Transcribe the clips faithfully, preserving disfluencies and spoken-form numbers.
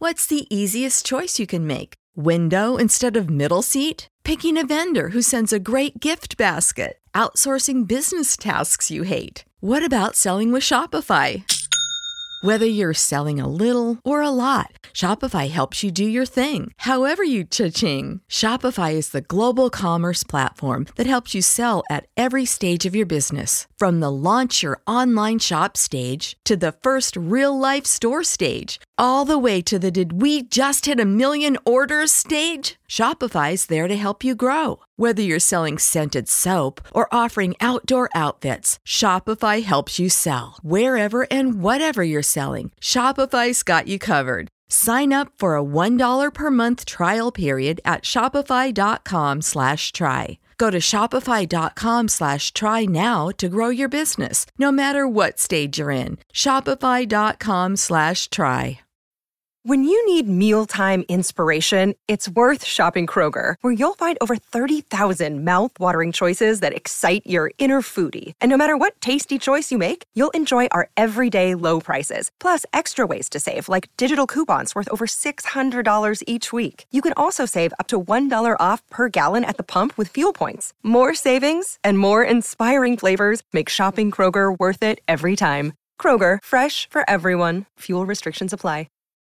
What's the easiest choice you can make? Window instead of middle seat? Picking a vendor who sends a great gift basket? Outsourcing business tasks you hate? What about selling with Shopify? Whether you're selling a little or a lot, Shopify helps you do your thing, however you cha-ching. Shopify is the global commerce platform that helps you sell at every stage of your business. From the launch your online shop stage to the first real-life store stage, all the way to the did we just hit a million orders stage. Shopify's there to help you grow. Whether you're selling scented soap or offering outdoor outfits, Shopify helps you sell. Wherever and whatever you're selling, Shopify's got you covered. Sign up for a one dollar per month trial period at shopify.com slash try. Go to shopify.com slash try now to grow your business, no matter what stage you're in. Shopify.com slash try. When you need mealtime inspiration, it's worth shopping Kroger, where you'll find over thirty thousand mouth-watering choices that excite your inner foodie. And no matter what tasty choice you make, you'll enjoy our everyday low prices, plus extra ways to save, like digital coupons worth over six hundred dollars each week. You can also save up to one dollar off per gallon at the pump with fuel points. More savings and more inspiring flavors make shopping Kroger worth it every time. Kroger, fresh for everyone. Fuel restrictions apply.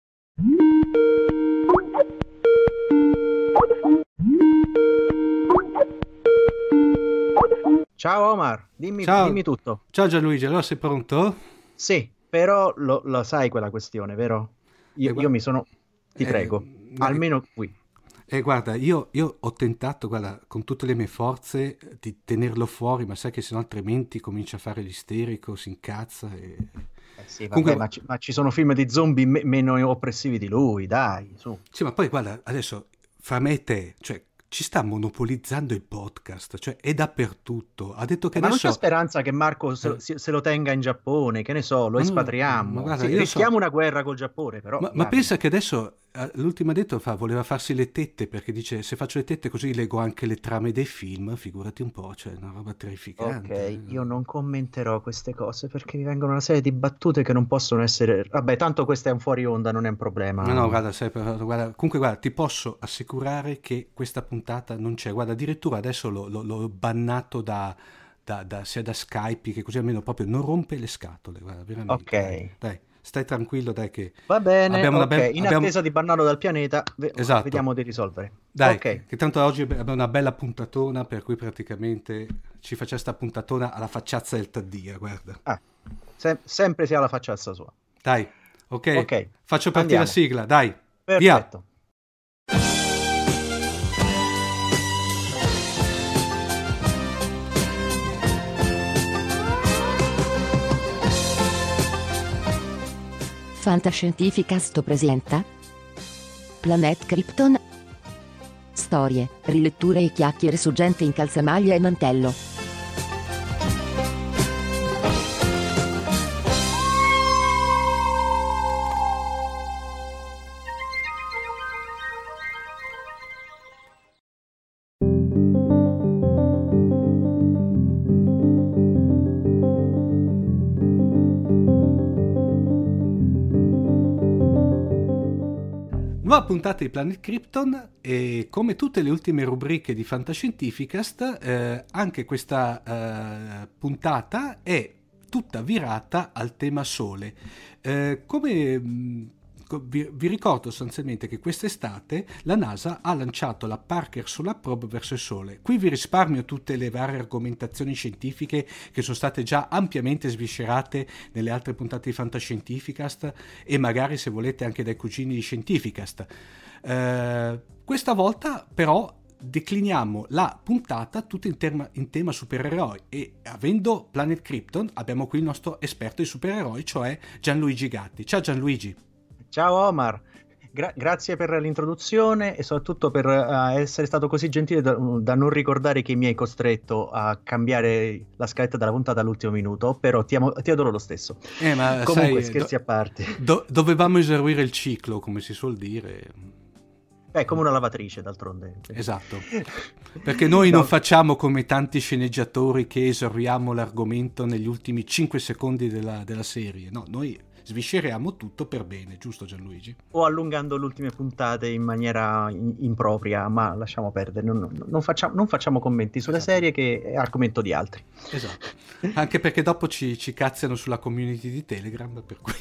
Ciao Omar, dimmi, Ciao. dimmi tutto. Ciao Gianluigi, allora sei pronto? Sì, però lo, lo sai quella questione, vero? Io, Eh, gua- io mi sono... Ti eh, prego, eh, almeno qui. Eh, guarda, io, io ho tentato, guarda, con tutte le mie forze di tenerlo fuori, ma sai che sennò altrimenti comincia a fare l'isterico, si incazza e... Eh sì, vabbè, Comunque- ma, ci, ma ci sono film di zombie me- meno oppressivi di lui, dai, su. Sì, ma poi guarda, adesso, fra me e te, cioè, ci sta monopolizzando il podcast, cioè, è dappertutto. Ha detto che Ma non adesso... c'è speranza che Marco se, Eh. se- se lo tenga in Giappone, che ne so, lo Ma no, espatriamo. ma guarda, Sì, io so- rischiamo una guerra col Giappone, però... Ma, ma dai. pensa che adesso, eh, l'ultima detto fa, voleva farsi le tette, perché dice, se faccio le tette così leggo anche le trame dei film, figurati un po', cioè, una roba terrificante. Ok, io non commenterò queste cose perché mi vengono una serie di battute che non possono essere... Vabbè, tanto questo è un fuori onda, non è un problema. No, no, guarda, sai, però, guarda, comunque guarda, ti posso assicurare che questa puntata non c'è, guarda, addirittura adesso l'ho, l'ho- l'ho bannato da, da- da- sia da Skype che così almeno proprio non rompe le scatole, guarda, veramente. Ok. Dai, dai, stai tranquillo, dai che... Va bene, Abbiamo una ok, bel- in abbiamo- attesa di bannarlo dal pianeta, ve- Esatto. vediamo di risolvere. Dai, Ok, che tanto oggi abbiamo una bella puntatona, per cui praticamente ci facciamo sta puntatona alla facciazza del Taddia, guarda. ah, se- sempre si ha la facciazza sua. Dai, ok, Ok, faccio partire andiamo. la sigla, dai, via. Perfetto. Fantascientificast presenta Planet Krypton. Storie, riletture e chiacchiere su gente in calzamaglia e mantello. Nuova puntata di Planet Krypton e come tutte le ultime rubriche di Fantascientificast, eh, anche questa eh, puntata è tutta virata al tema Sole. Eh, come mh, co- vi, vi ricordo sostanzialmente che quest'estate la NASA ha lanciato la Parker Solar Probe verso il Sole. Qui vi risparmio tutte le varie argomentazioni scientifiche che sono state già ampiamente sviscerate nelle altre puntate di Fantascientificast e magari, se volete, anche dai cugini di Scientificast. Eh, questa volta però decliniamo la puntata tutta in, terma- in tema supereroi e, avendo Planet Krypton, abbiamo qui il nostro esperto di supereroi, cioè Gianluigi Gatti. Ciao Gianluigi. Ciao Omar, Gra- grazie per l'introduzione e soprattutto per eh, essere stato così gentile da, da non ricordare che mi hai costretto a cambiare la scaletta della puntata all'ultimo minuto, però ti, amo- ti adoro lo stesso. Eh, ma Comunque, sai, scherzi do- a parte. do- dovevamo eseguire il ciclo, come si suol dire. Beh, come una lavatrice, d'altronde. Esatto, perché noi No. non facciamo come tanti sceneggiatori che esauriamo l'argomento negli ultimi cinque secondi della, della serie, no, noi svisceriamo tutto per bene, giusto Gianluigi? O allungando le ultime puntate in maniera in- impropria, ma lasciamo perdere, non, non- non facciamo, non facciamo commenti sulle Esatto. serie che è argomento di altri. Esatto, anche perché dopo ci, ci cazziano sulla community di Telegram, per cui...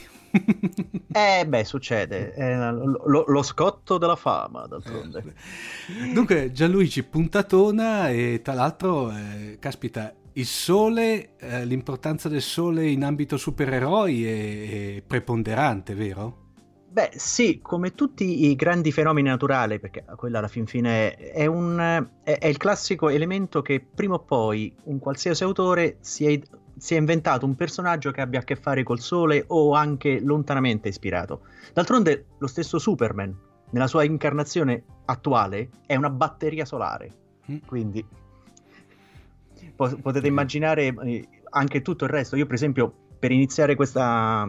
Eh beh, succede, è lo, lo scotto della fama, d'altronde. Eh, Dunque Gianluigi, puntatona, e tra l'altro, eh, caspita, il sole, eh, l'importanza del sole in ambito supereroi è, è preponderante, vero? Beh, sì, come tutti i grandi fenomeni naturali, perché quella alla fin fine è, è un, è, è il classico elemento che prima o poi un qualsiasi autore si è, si è inventato un personaggio che abbia a che fare col sole o anche lontanamente ispirato. D'altronde lo stesso Superman, nella sua incarnazione attuale, è una batteria solare, Mm. quindi po- potete immaginare eh, anche tutto il resto. Io per esempio, per iniziare questa...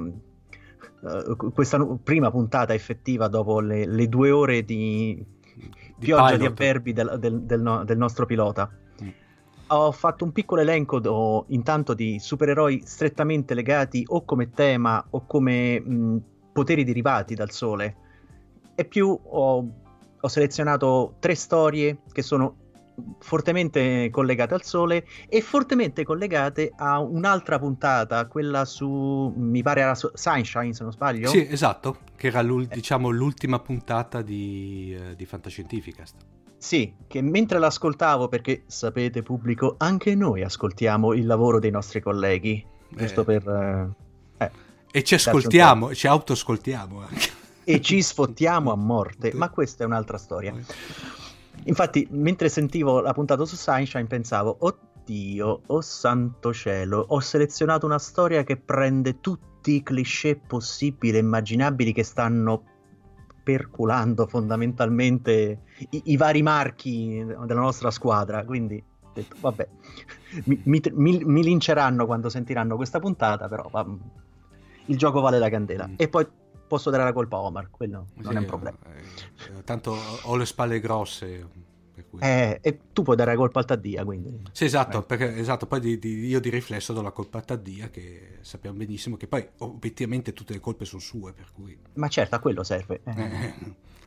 Uh, questa nu- prima puntata effettiva dopo le, le due ore di, Di pioggia pilot. di avverbi del, del- del no- del nostro pilota, Mm. ho fatto un piccolo elenco do- intanto di supereroi strettamente legati o come tema o come mh, poteri derivati dal sole, e più ho, ho selezionato tre storie che sono fortemente collegate al sole e fortemente collegate a un'altra puntata, quella su, mi pare era su Sunshine, se non sbaglio. Sì, esatto, che era l'ul- diciamo l'ultima puntata di, eh, di Fantascientificast. Sì, che mentre l'ascoltavo, perché sapete pubblico, anche noi ascoltiamo il lavoro dei nostri colleghi, giusto Eh. per... eh, eh, E ci darci un ascoltiamo, ci autoascoltiamo anche. e ci sfottiamo a morte, ma questa è un'altra storia. Infatti, mentre sentivo la puntata su Sunshine, pensavo, oddio, oh santo cielo, ho selezionato una storia che prende tutti i cliché possibili e immaginabili che stanno perculando fondamentalmente i, i vari marchi della nostra squadra, quindi ho detto, vabbè, mi, mi, mi- mi linceranno quando sentiranno questa puntata, però va, il gioco vale la candela. Mm. E poi posso dare la colpa a Omar, quello non Sì, è un problema. eh, eh, tanto ho le spalle grosse, per cui... Eh, e tu puoi dare la colpa al Taddia, quindi... Sì, esatto, Eh. perché esatto, poi di, di- io di riflesso do la colpa a Taddia, che sappiamo benissimo che poi obiettivamente tutte le colpe sono sue, per cui... Ma certo, a quello serve. Eh. Eh,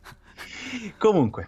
Comunque,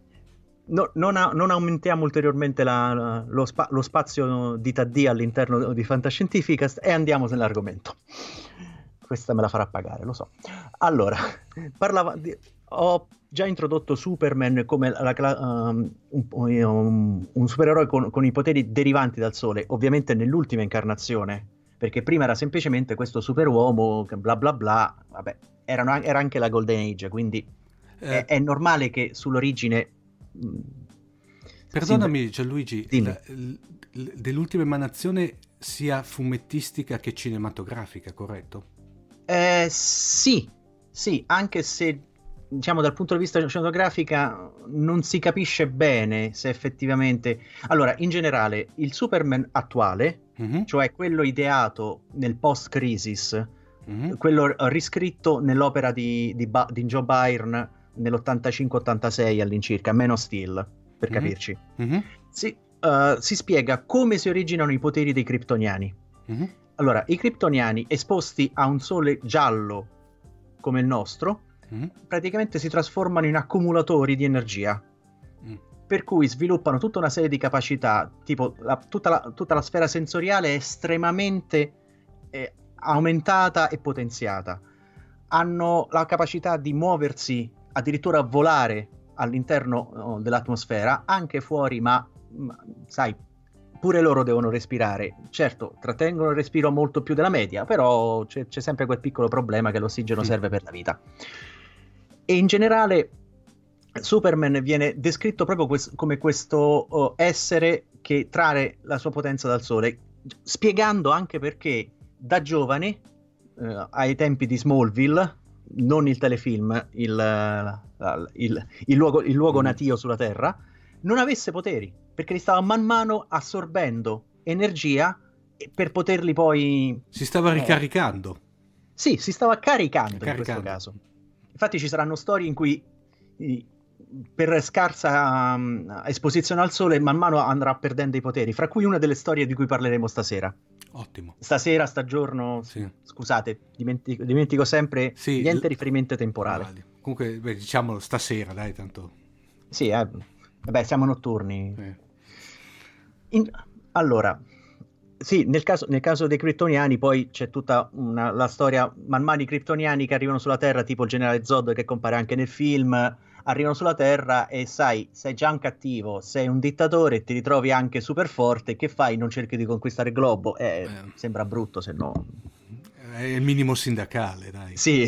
no- non, a- non aumentiamo ulteriormente la- la- lo, spa- lo spazio di Taddia all'interno di Fantascientificast e andiamo nell'argomento. Questa me la farà pagare, lo so. Allora, parlava di- ho già introdotto Superman come la cla- um, un, un- un supereroe con, con i poteri derivanti dal sole, ovviamente nell'ultima incarnazione, perché prima era semplicemente questo superuomo, che bla bla bla, vabbè, erano- era anche la Golden Age, quindi eh, è, è normale che sull'origine... mh, perdonami si- Gianluigi, Dimmi. la- l- l- dell'ultima emanazione sia fumettistica che cinematografica, corretto? Eh, sì, sì, anche se diciamo dal punto di vista cinematografico non si capisce bene se effettivamente... Allora, in generale, il Superman attuale, Mhm, cioè quello ideato nel post-crisis, mhm, quello riscritto nell'opera di, di, Ba- di Joe Byrne nell'ottantacinque ottantasei all'incirca, Man of Steel, per Mhm. capirci, mhm, si, eh, si spiega come si originano i poteri dei kryptoniani. mhm, Allora, i kryptoniani esposti a un sole giallo come il nostro, mhm, praticamente si trasformano in accumulatori di energia, mm. per cui sviluppano tutta una serie di capacità, tipo la- tutta, la, tutta la sfera sensoriale è estremamente eh, aumentata e potenziata. Hanno la capacità di muoversi, addirittura volare all'interno oh, dell'atmosfera, anche fuori, ma, ma sai, pure loro devono respirare. Certo, trattengono il respiro molto più della media, però c'è, c'è sempre quel piccolo problema che l'ossigeno Mm. serve per la vita. E in generale Superman viene descritto proprio quest- come questo oh, essere che trae la sua potenza dal sole, spiegando anche perché da giovane, eh, ai tempi di Smallville, non il telefilm, il, eh, il- il luogo, il luogo Mm. natio sulla Terra, non avesse poteri, perché li stava man mano assorbendo energia per poterli poi... Si stava eh, ricaricando. sì, si stava caricando, in Caricando. questo caso. Infatti ci saranno storie in cui i- per scarsa um, esposizione al sole man mano andrà perdendo i poteri, fra cui una delle storie di cui parleremo stasera. Ottimo. Stasera, stagiorno, sì. Scusate, dimentico, dimentico sempre sì, niente l- riferimento temporale. Vale. Comunque, beh, diciamolo stasera, dai, tanto. Sì, eh, vabbè, siamo notturni. Eh. In, allora, sì, nel caso, nel caso dei kryptoniani poi c'è tutta una, la storia, man mano i kryptoniani che arrivano sulla Terra, tipo il generale Zod che compare anche nel film, arrivano sulla Terra e sai, sei già un cattivo, sei un dittatore e ti ritrovi anche super forte, che fai? Non cerchi di conquistare il globo? Eh, eh. Sembra brutto se no... È il minimo sindacale, dai. Sì.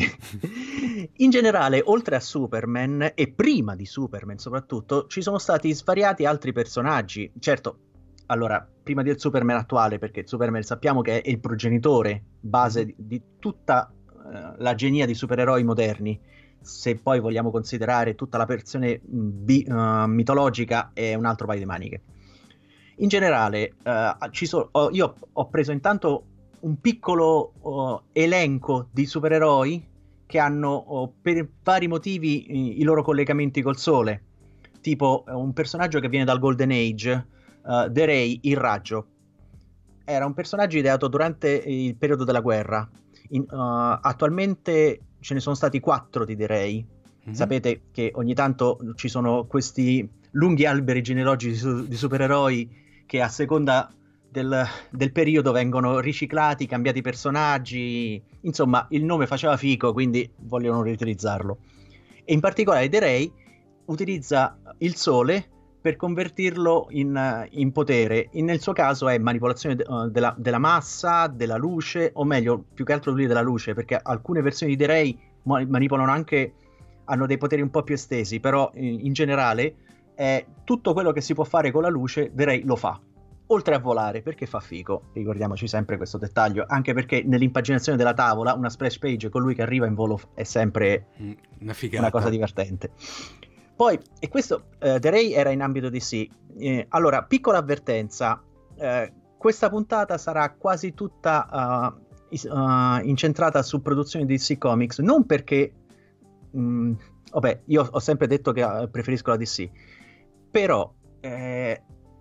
In generale, oltre a Superman, e prima di Superman soprattutto, ci sono stati svariati altri personaggi. Certo, allora, prima del Superman attuale, perché Superman sappiamo che è il progenitore base di, di tutta uh, la genia di supereroi moderni. Se poi vogliamo considerare tutta la versione bi- uh, mitologica, è un altro paio di maniche. In generale, uh, ci so- oh, io ho preso intanto un piccolo uh, elenco di supereroi che hanno oh, per vari motivi i, i loro collegamenti col sole, tipo uh, un personaggio che viene dal Golden Age, uh, The Ray, il raggio. Era un personaggio ideato durante il periodo della guerra. In, uh, attualmente ce ne sono stati quattro di The Ray. Mm-hmm. Sapete che ogni tanto ci sono questi lunghi alberi genealogici di, su- di supereroi che a seconda Del, del periodo vengono riciclati, cambiati personaggi, insomma il nome faceva fico, quindi vogliono riutilizzarlo. E in particolare The Ray utilizza il sole per convertirlo in, in potere. In, nel suo caso è manipolazione de, uh, della, della massa, della luce, o meglio, più che altro lui della luce, perché alcune versioni di The Ray ma- manipolano anche, hanno dei poteri un po' più estesi, però in, in generale è tutto quello che si può fare con la luce, The Ray lo fa. Oltre a volare, perché fa figo, ricordiamoci sempre questo dettaglio, anche perché nell'impaginazione della tavola una splash page con lui che arriva in volo è sempre una figata, una cosa divertente. Poi, e questo, uh, The Ray era in ambito D C. Eh, allora, piccola avvertenza, eh, questa puntata sarà quasi tutta uh, is- uh, incentrata su produzioni di D C Comics, non perché, mh, vabbè, io ho sempre detto che uh, preferisco la D C, però... Eh,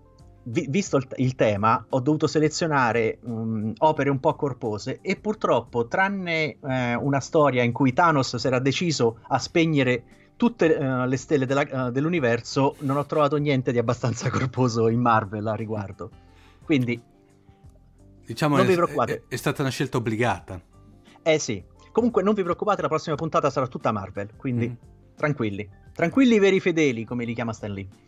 visto il, il tema, ho dovuto selezionare um, opere un po' corpose e purtroppo, tranne eh, una storia in cui Thanos si era deciso a spegnere tutte uh, le stelle della, uh, dell'universo, non ho trovato niente di abbastanza corposo in Marvel a riguardo. Quindi, diciamo, non è, vi preoccupate. È, è stata una scelta obbligata. Eh sì. Comunque non vi preoccupate, la prossima puntata sarà tutta Marvel, quindi mm. tranquilli. Tranquilli veri fedeli, come li chiama Stan Lee.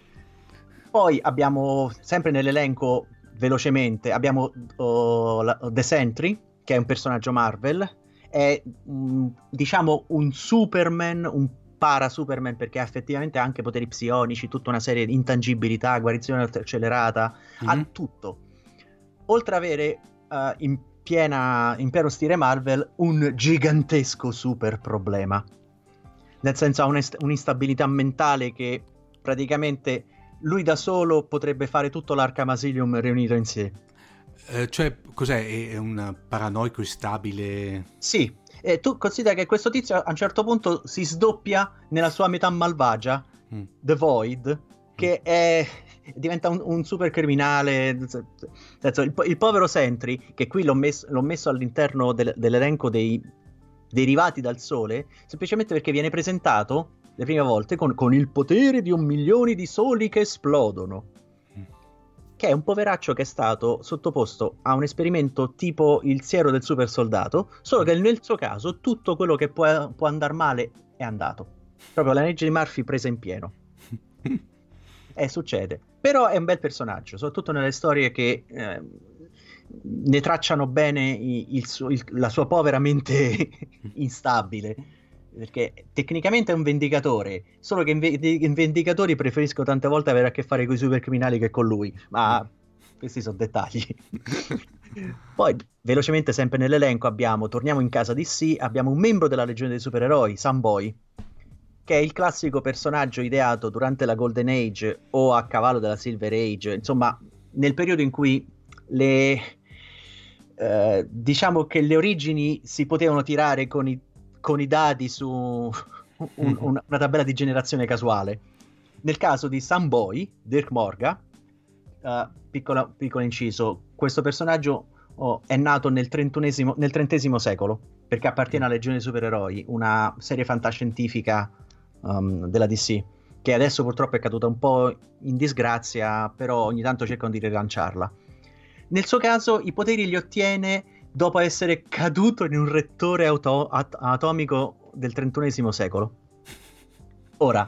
Poi abbiamo, sempre nell'elenco, velocemente, abbiamo uh, la, The Sentry, che è un personaggio Marvel, è mh, diciamo un Superman, un para-Superman, perché ha effettivamente anche poteri psionici, tutta una serie di intangibilità, guarizione accelerata, mm-hmm. ha tutto. Oltre ad avere uh, in, piena, in pieno stile Marvel un gigantesco super problema, nel senso ha un'est- un'instabilità mentale che praticamente... lui da solo potrebbe fare tutto l'Arkham Asylum riunito in sé. Eh, cioè, cos'è? È un paranoico instabile? Sì, e tu considera che questo tizio a un certo punto si sdoppia nella sua metà malvagia, mm. The Void, che mm. è... diventa un, un super criminale. Il, il povero Sentry, che qui l'ho messo, l'ho messo all'interno del, dell'elenco dei derivati dal sole, semplicemente perché viene presentato... le prime volte con, con il potere di un milione di soli che esplodono, mm. che è un poveraccio che è stato sottoposto a un esperimento tipo il siero del super soldato, solo che nel suo caso tutto quello che può, può andare male è andato, proprio la legge di Murphy presa in pieno. E succede, però è un bel personaggio, soprattutto nelle storie che eh, ne tracciano bene il, il suo, il, la sua povera mente instabile, perché tecnicamente è un vendicatore, solo che in, ve- in vendicatori preferisco tante volte avere a che fare con i supercriminali che con lui, ma questi sono dettagli. Poi velocemente, sempre nell'elenco, abbiamo, torniamo in casa D C, abbiamo un membro della Legione dei Supereroi, Sunboy, che è il classico personaggio ideato durante la Golden Age o a cavallo della Silver Age, insomma nel periodo in cui le eh, diciamo che le origini si potevano tirare con i con i dadi su un, un, una tabella di generazione casuale. Nel caso di Sunboy, Dirk Morga, uh, piccolo, piccolo inciso, questo personaggio oh, è nato nel trentunesimo, nel trentesimo secolo, perché appartiene alla Legione dei Supereroi, una serie fantascientifica um, della D C, che adesso purtroppo è caduta un po' in disgrazia, però ogni tanto cercano di rilanciarla. Nel suo caso i poteri li ottiene dopo essere caduto in un rettore auto- at- atomico del trentunesimo secolo. Ora,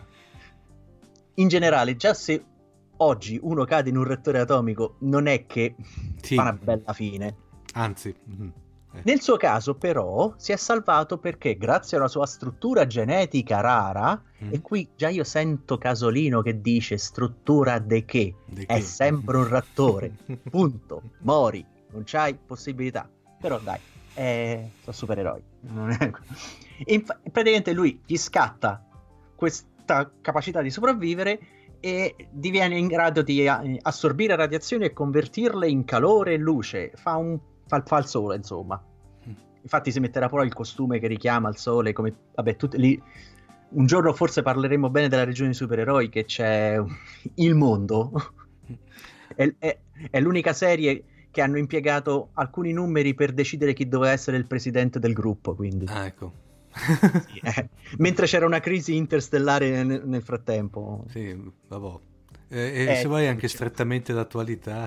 in generale, già se oggi uno cade in un rettore atomico non è che sì. fa una bella fine. Anzi... Mm. Nel suo caso però si è salvato perché grazie alla sua struttura genetica rara, mm. e qui già io sento Casolino che dice struttura de che, de è che? sempre un rattore, punto, mori, non c'hai possibilità, però dai, eh, sono supereroi. E inf- praticamente lui gli scatta questa capacità di sopravvivere e diviene in grado di assorbire radiazioni e convertirle in calore e luce, fa un Fa, fa il sole, insomma. Infatti si metterà poi il costume che richiama il sole, come vabbè, tutti lì. Un giorno forse parleremo bene della regione dei supereroi, che c'è il mondo. è, è, è l'unica serie che hanno impiegato alcuni numeri per decidere chi doveva essere il presidente del gruppo, quindi. Ah, ecco. Sì, eh. Mentre c'era una crisi interstellare nel, nel frattempo. Sì, vabbè. Eh, e eh, se vuoi anche strettamente d'attualità.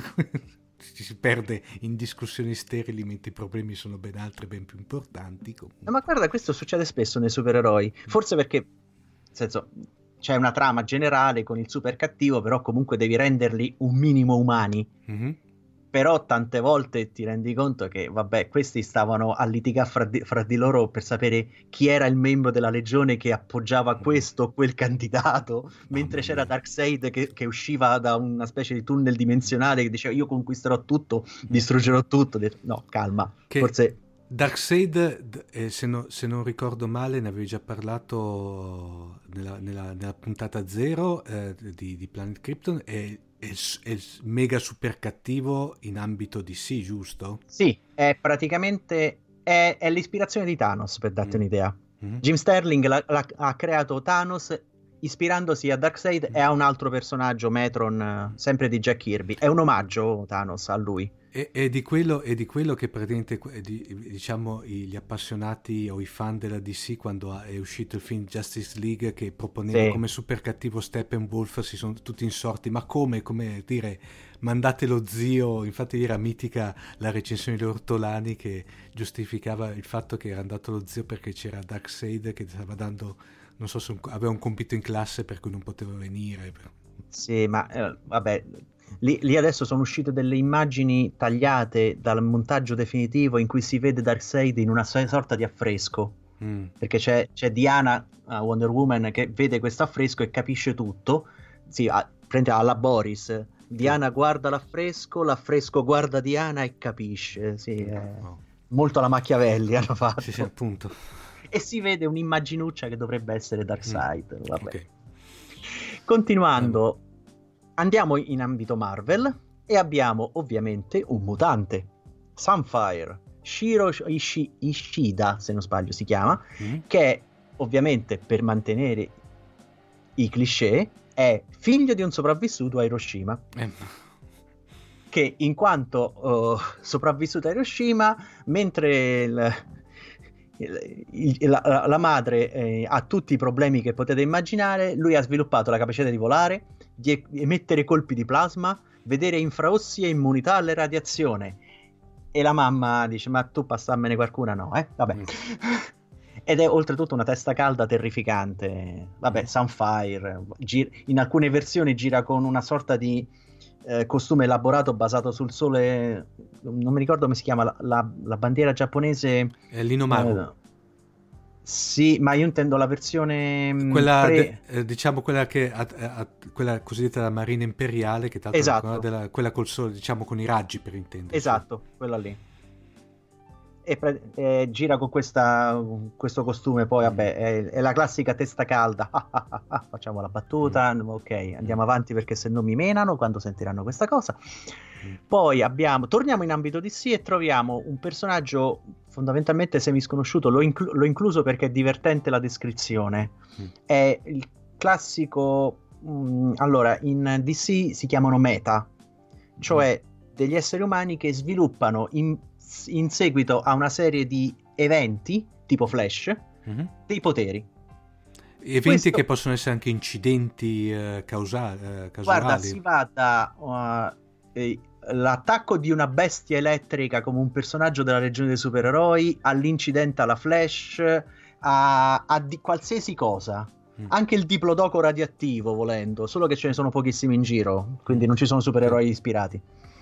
Ci si perde in discussioni sterili mentre i problemi sono ben altri, ben più importanti. No, ma guarda, questo succede spesso nei supereroi, forse perché, nel senso, c'è una trama generale con il super cattivo, però comunque devi renderli un minimo umani. Mm-hmm. Però tante volte ti rendi conto che, vabbè, questi stavano a litigare fra di, fra di loro per sapere chi era il membro della legione che appoggiava questo o quel candidato, mentre c'era Darkseid che, che usciva da una specie di tunnel dimensionale che diceva io conquisterò tutto, distruggerò tutto. No, calma, che forse... Darkseid, eh, se, no, se non ricordo male, ne avevi già parlato nella, nella, nella puntata zero eh, di, di Planet Krypton, e è il, è il mega super cattivo in ambito D C, giusto? Sì, è praticamente è, è l'ispirazione di Thanos, per darti mm. un'idea. Mm-hmm. Jim Sterling la, la, ha creato Thanos ispirandosi a Darkseid mm. e a un altro personaggio, Metron, sempre di Jack Kirby. È un omaggio Thanos a lui. E, e, di quello, e di quello che praticamente di, diciamo gli appassionati o i fan della D C, quando è uscito il film Justice League che proponeva sì. come super cattivo Steppenwolf, si sono tutti insorti, ma come, come dire, mandate lo zio. Infatti era mitica la recensione di Ortolani che giustificava il fatto che era andato lo zio perché c'era Darkseid che stava dando, non so se un, aveva un compito in classe per cui non poteva venire. Sì, ma eh, vabbè, lì, lì adesso sono uscite delle immagini tagliate dal montaggio definitivo in cui si vede Darkseid in una sorta di affresco, mm. perché c'è, c'è Diana, uh, Wonder Woman, che vede questo affresco e capisce tutto. Sì, a, prende alla Boris, Diana guarda l'affresco, l'affresco guarda Diana e capisce. Sì, è oh. molto alla Machiavelli hanno fatto. Sì, sì, appunto. E si vede un'immaginuccia che dovrebbe essere Darkseid. Mm. Vabbè. Okay. Continuando, andiamo in ambito Marvel e abbiamo ovviamente un mutante, Sunfire, Shiro Ishi- Ishida, se non sbaglio si chiama, mm. che ovviamente, per mantenere i cliché, è figlio di un sopravvissuto a Hiroshima. Eh. Che in quanto uh, sopravvissuto a Hiroshima, mentre il... La, la madre eh, ha tutti i problemi che potete immaginare, lui ha sviluppato la capacità di volare, di emettere colpi di plasma, vedere infrarossi e immunità alle radiazioni. E la mamma dice: ma tu passammene qualcuna? No, eh? Vabbè. Mm. Ed è oltretutto una testa calda terrificante. Vabbè, mm. Sunfire gir- in alcune versioni gira con una sorta di eh, costume elaborato basato sul sole. Non mi ricordo come si chiama la, la, la bandiera giapponese. È l'Inomaru. Eh, sì, ma io intendo la versione quella pre... de, eh, diciamo quella che ha, ha, quella cosiddetta la Marina Imperiale, che tanto esatto. della, quella col sole, diciamo con i raggi, per intendere. Esatto, quella lì. E pre- eh, gira con questa, questo costume, poi vabbè, è, è la classica testa calda. Facciamo la battuta, mm. ok, andiamo avanti perché se no mi menano quando sentiranno questa cosa. Mm. Poi abbiamo, torniamo in ambito D C e troviamo un personaggio fondamentalmente semisconosciuto, l'ho, inclu- l'ho incluso perché è divertente la descrizione. Mm. È il classico, mh, allora in D C si chiamano meta, cioè degli esseri umani che sviluppano in, in seguito a una serie di eventi tipo Flash mm-hmm. dei poteri. Eventi Questo... che possono essere anche incidenti eh, causali, eh, casuali. Guarda, si va da uh, eh, l'attacco di una bestia elettrica come un personaggio della Legione dei Supereroi all'incidente alla Flash, a, a di qualsiasi cosa. Mm. Anche il diplodoco radioattivo, volendo, solo che ce ne sono pochissimi in giro, quindi non ci sono supereroi ispirati.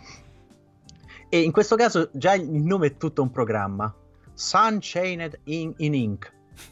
E in questo caso già il nome è tutto un programma. Sun Chained in, in Ink.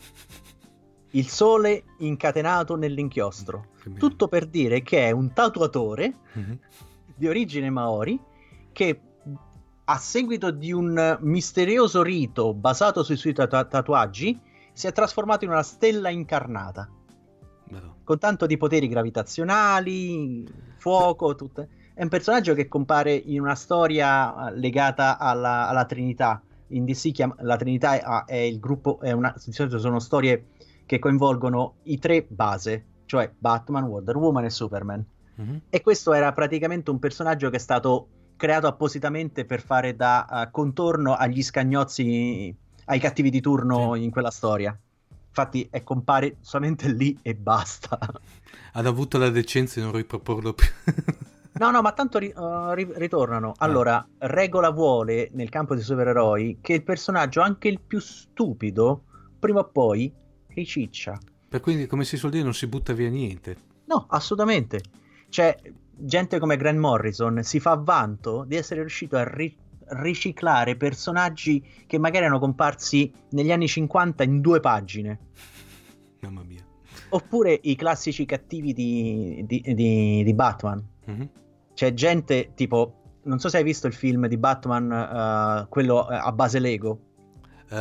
Il sole incatenato nell'inchiostro. Tutto per dire che è un tatuatore mm-hmm. di origine maori che a seguito di un misterioso rito basato sui suoi tatu- tatuaggi si è trasformato in una stella incarnata no. con tanto di poteri gravitazionali, fuoco, tutte. È un personaggio che compare in una storia legata alla, alla Trinità. In D C chiama, la Trinità è, è il gruppo, è una, di solito sono storie che coinvolgono i tre base, cioè Batman, Wonder Woman e Superman. Mm-hmm. E questo era praticamente un personaggio che è stato creato appositamente per fare da uh, contorno agli scagnozzi, ai cattivi di turno sì. in quella storia. Infatti è compare solamente lì e basta. Hanno avuto la decenza di non riproporlo più. No, no, ma tanto ri- uh, ri- ritornano. Allora, ah. regola vuole nel campo dei supereroi che il personaggio, anche il più stupido, prima o poi riciccia. Per cui, come si suol dire, non si butta via niente. No, assolutamente. Cioè, gente come Grant Morrison si fa vanto di essere riuscito a ri- riciclare personaggi che magari erano comparsi negli anni cinquanta in due pagine. Mamma mia. Oppure i classici cattivi di, di, di, di Batman. Mm-hmm. C'è gente tipo, non so se hai visto il film di Batman, uh, quello a base Lego. Uh,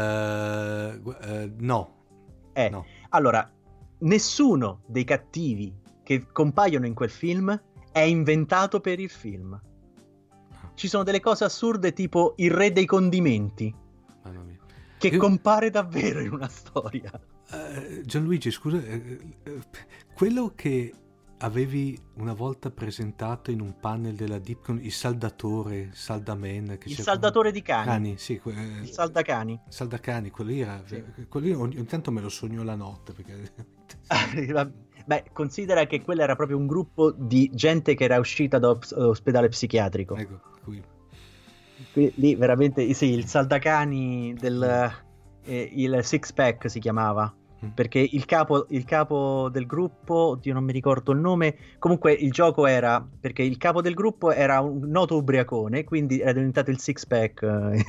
uh, no. Eh, no. Allora, nessuno dei cattivi che compaiono in quel film è inventato per il film. Ci sono delle cose assurde tipo il re dei condimenti, Mamma mia. che Io... compare davvero in una storia. Uh, Gianluigi, scusa, uh, uh, quello che avevi una volta presentato in un panel della Deepcon, il saldatore, Saldaman, che il c'è saldatore come... di cani, cani sì, que... il saldacani, saldacani, quello era, sì. quello io ogni tanto me lo sogno la notte perché... Beh, considera che quello era proprio un gruppo di gente che era uscita dall'ospedale psichiatrico. Ecco, qui. qui lì veramente sì, il saldacani del eh, il six pack si chiamava. Perché il capo, il capo del gruppo, oddio non mi ricordo il nome, comunque il gioco era, perché il capo del gruppo era un noto ubriacone, quindi era diventato il six pack.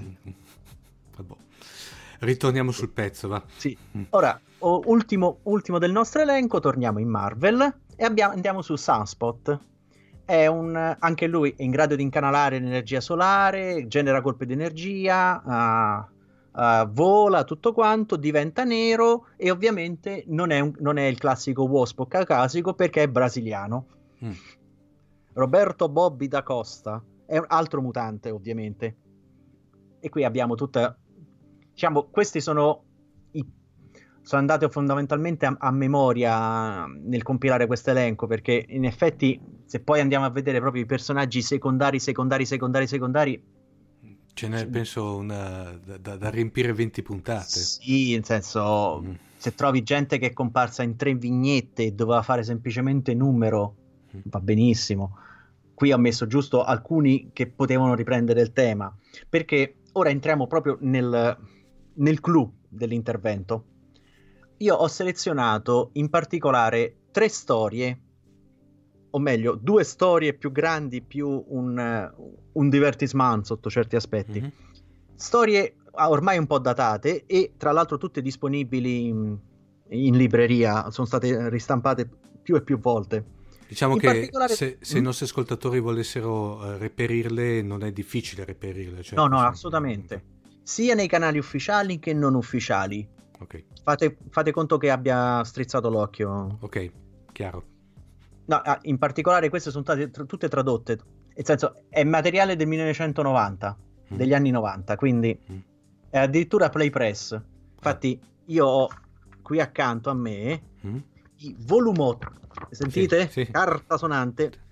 Vabbè. Ritorniamo sul pezzo, va. Sì. Ora, ultimo, ultimo del nostro elenco, torniamo in Marvel e abbiamo, andiamo su Sunspot. È un, anche lui è in grado di incanalare l'energia solare, genera colpi di energia, uh, Uh, vola tutto quanto, diventa nero e ovviamente non è, un, non è il classico Wasp caucasico perché è brasiliano. mm. Roberto Bobby da Costa è un altro mutante ovviamente, e qui abbiamo tutta, diciamo, questi sono i, sono andati fondamentalmente a, a memoria nel compilare questo elenco, perché in effetti se poi andiamo a vedere proprio i personaggi secondari secondari secondari secondari ce n'è, penso, una da, da, da riempire venti puntate. Sì, nel senso, mm. se trovi gente che è comparsa in tre vignette e doveva fare semplicemente numero, mm. va benissimo. Qui ho messo giusto alcuni che potevano riprendere il tema, perché ora entriamo proprio nel, nel clou dell'intervento. Io ho selezionato in particolare tre storie, o meglio, due storie più grandi più un, un divertissement sotto certi aspetti. Mm-hmm. Storie ormai un po' datate e tra l'altro tutte disponibili in, in libreria, sono state ristampate più e più volte. Diciamo in che particolare... se, se mm? i nostri ascoltatori volessero uh, reperirle, non è difficile reperirle. Cioè, no, no, possiamo... assolutamente. Sia nei canali ufficiali che non ufficiali. Ok. Fate, fate conto che abbia strizzato l'occhio. Ok, chiaro. No, in particolare queste sono state tr- tutte tradotte, nel senso è materiale del millenovecentonovanta, mm. degli anni novanta, quindi mm. è addirittura Play Press. Infatti io ho qui accanto a me mm. i volumotti, sentite? Sì, sì. Carta sonante,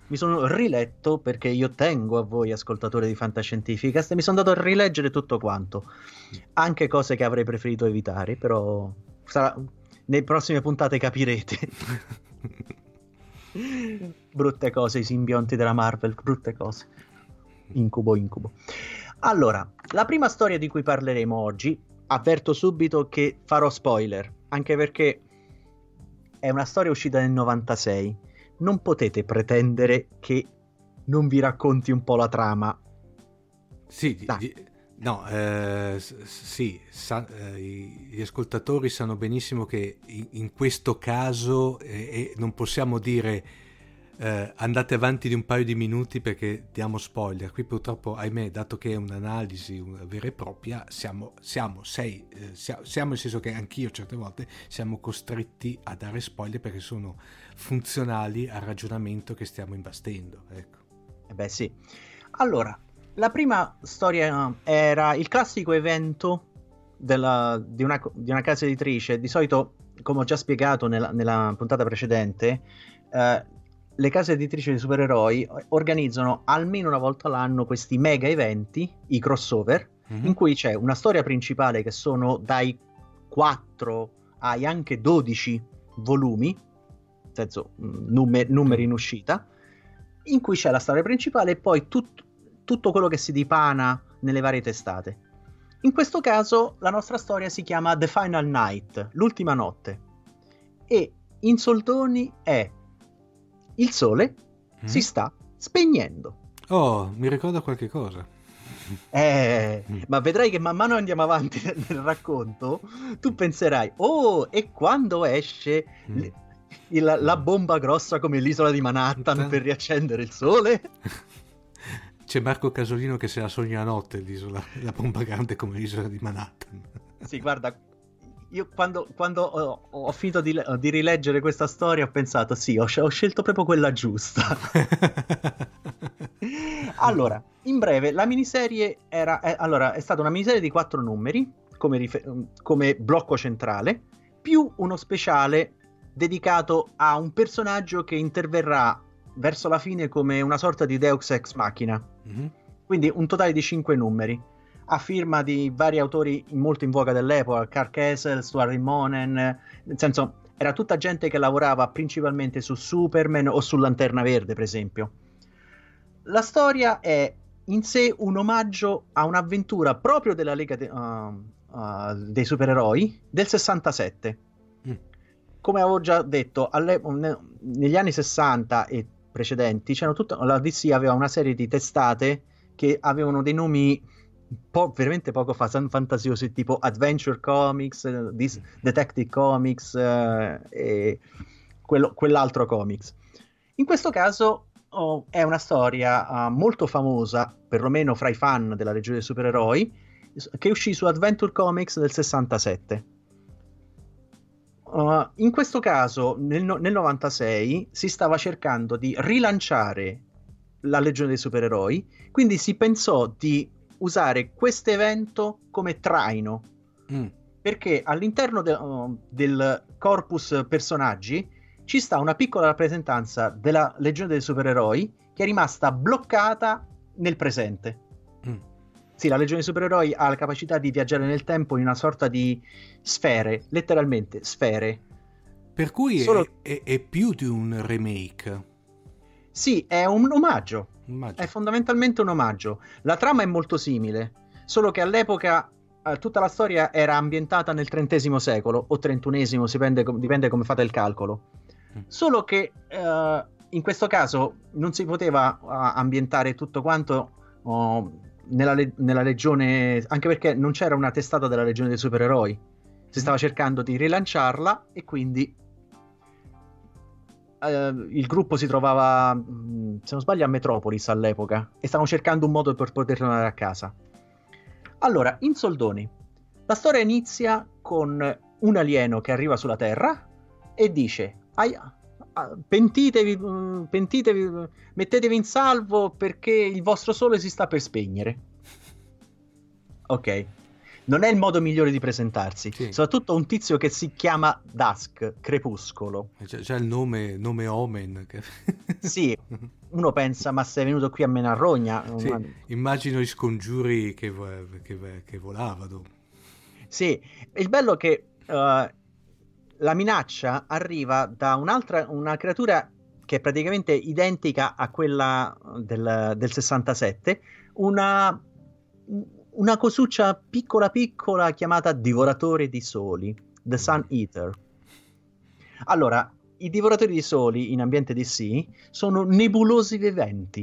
mi sono riletto, perché io tengo a voi ascoltatori di Fantascientificast, e mi sono andato a rileggere tutto quanto, anche cose che avrei preferito evitare, però sarà... nelle prossime puntate capirete. Brutte cose, i simbionti della Marvel, brutte cose. Incubo, incubo. Allora, la prima storia di cui parleremo oggi, avverto subito che farò spoiler, anche perché è una storia uscita nel novantasei. Non potete pretendere che non vi racconti un po' la trama. Sì, di, di, no, eh, sì, sa, eh, gli ascoltatori sanno benissimo che in, in questo caso eh, non possiamo dire eh, andate avanti di un paio di minuti perché diamo spoiler. Qui purtroppo, ahimè, dato che è un'analisi una vera e propria, siamo, siamo, sei, eh, siamo, siamo nel senso che anch'io certe volte siamo costretti a dare spoiler perché sono funzionali al ragionamento che stiamo imbastendo. Ecco. Eh beh sì. Allora, la prima storia era il classico evento della, di, una, di una casa editrice. Di solito, come ho già spiegato nella, nella puntata precedente, eh, le case editrici di supereroi organizzano almeno una volta all'anno questi mega eventi, i crossover, mm-hmm. in cui c'è una storia principale che sono dai quattro ai anche dodici volumi, nel senso numer- numeri in uscita, in cui c'è la storia principale e poi tut- tutto quello che si dipana nelle varie testate. In questo caso la nostra storia si chiama The Final Night, l'ultima notte, e in soldoni è il sole mm. si sta spegnendo. Oh, mi ricorda qualche cosa. Eh, mm. ma vedrai che man mano andiamo avanti nel, nel racconto, tu penserai, oh, e quando esce mm. l- il, la bomba grossa come l'isola di Manhattan per riaccendere il sole? C'è Marco Casolino che se la sogna a notte l'isola, la bomba grande come l'isola di Manhattan. Sì, guarda, io quando, quando ho, ho finito di, di rileggere questa storia ho pensato, sì, ho, ho scelto proprio quella giusta. Allora, in breve, la miniserie era, è, allora, è stata una miniserie di quattro numeri, come, rifer- come blocco centrale, più uno speciale dedicato a un personaggio che interverrà verso la fine come una sorta di Deus Ex Machina. Mm-hmm. Quindi un totale di cinque numeri, a firma di vari autori molto in voga dell'epoca, Karl Kesel, Stuart Immonen, nel senso era tutta gente che lavorava principalmente su Superman o su Lanterna Verde, per esempio. La storia è in sé un omaggio a un'avventura proprio della Lega de- uh, uh, dei supereroi del sessantasette. Mm. Come avevo già detto, alle- ne- negli anni sessanta e precedenti c'erano tutta, la D C aveva una serie di testate che avevano dei nomi po- veramente poco fa- fantasiosi, tipo Adventure Comics, uh, This Detective Comics uh, e quello, quell'altro comics. In questo caso oh, è una storia uh, molto famosa, perlomeno fra i fan della Legione dei Supereroi, che uscì su Adventure Comics del sessantasette. Uh, in questo caso, nel, no- nel novantasei, si stava cercando di rilanciare la Legione dei Supereroi, quindi si pensò di usare questo evento come traino, mm. perché all'interno de- uh, del corpus personaggi ci sta una piccola rappresentanza della Legione dei Supereroi che è rimasta bloccata nel presente. Mm. Sì, la Legione dei Supereroi ha la capacità di viaggiare nel tempo in una sorta di sfere, letteralmente sfere. Per cui Solo... è, è, è più di un remake. Sì, è un omaggio. Immagino. È fondamentalmente un omaggio. La trama è molto simile, solo che all'epoca eh, tutta la storia era ambientata nel trentesimo secolo o trentunesimo, dipende, dipende come fate il calcolo. Mm. Solo che eh, in questo caso non si poteva uh, ambientare tutto quanto uh, nella, le- nella legione, anche perché non c'era una testata della Legione dei Supereroi. Si stava cercando di rilanciarla e quindi Uh, il gruppo si trovava, mh, se non sbaglio, a Metropolis all'epoca e stavano cercando un modo per poter tornare a casa. Allora, in soldoni, la storia inizia con un alieno che arriva sulla Terra e dice: Ai, uh, pentitevi, uh, pentitevi, uh, mettetevi in salvo perché il vostro sole si sta per spegnere. Ok. non è il modo migliore di presentarsi, sì. Soprattutto un tizio che si chiama Dusk, Crepuscolo. C'è, c'è il nome, nome Omen. Che... Sì, uno pensa, ma sei venuto qui a menarrogna? Sì, ma... immagino i scongiuri che, che, che volavano. Sì, il bello è che uh, la minaccia arriva da un'altra, una creatura che è praticamente identica a quella del, del sessantasette, una, una cosuccia piccola piccola chiamata Divoratore di Soli, The Sun Eater. Allora, i Divoratori di Soli in ambiente D C sono nebulosi viventi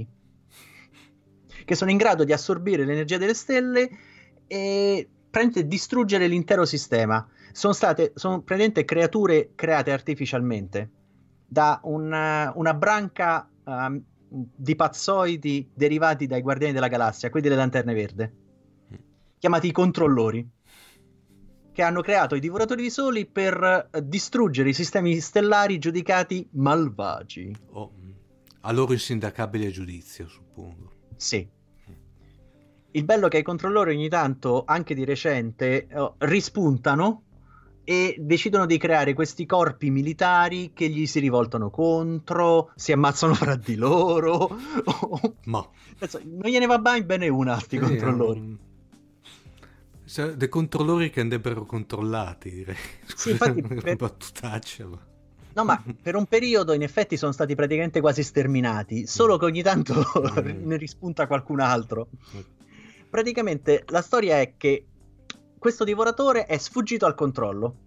che sono in grado di assorbire l'energia delle stelle e praticamente distruggere l'intero sistema. Sono state sono praticamente creature create artificialmente da una, una branca um, di pazzoidi derivati dai Guardiani della Galassia, quelli delle Lanterne Verde, chiamati i Controllori, che hanno creato i Divoratori di Soli per distruggere i sistemi stellari giudicati malvagi. Oh, a loro insindacabili a giudizio, suppongo. Sì. Il bello è che i Controllori ogni tanto, anche di recente, oh, rispuntano e decidono di creare questi corpi militari che gli si rivoltano contro, si ammazzano fra di loro. Ma Penso, non gliene va mai bene una a sti sì, controllori. Um, dei controllori che andrebbero controllati, direi. Sì, infatti, per... per... battutaccia, ma... No, ma per un periodo in effetti sono stati praticamente quasi sterminati, solo che ogni tanto mm. ne rispunta qualcun altro. Praticamente la storia è che questo divoratore è sfuggito al controllo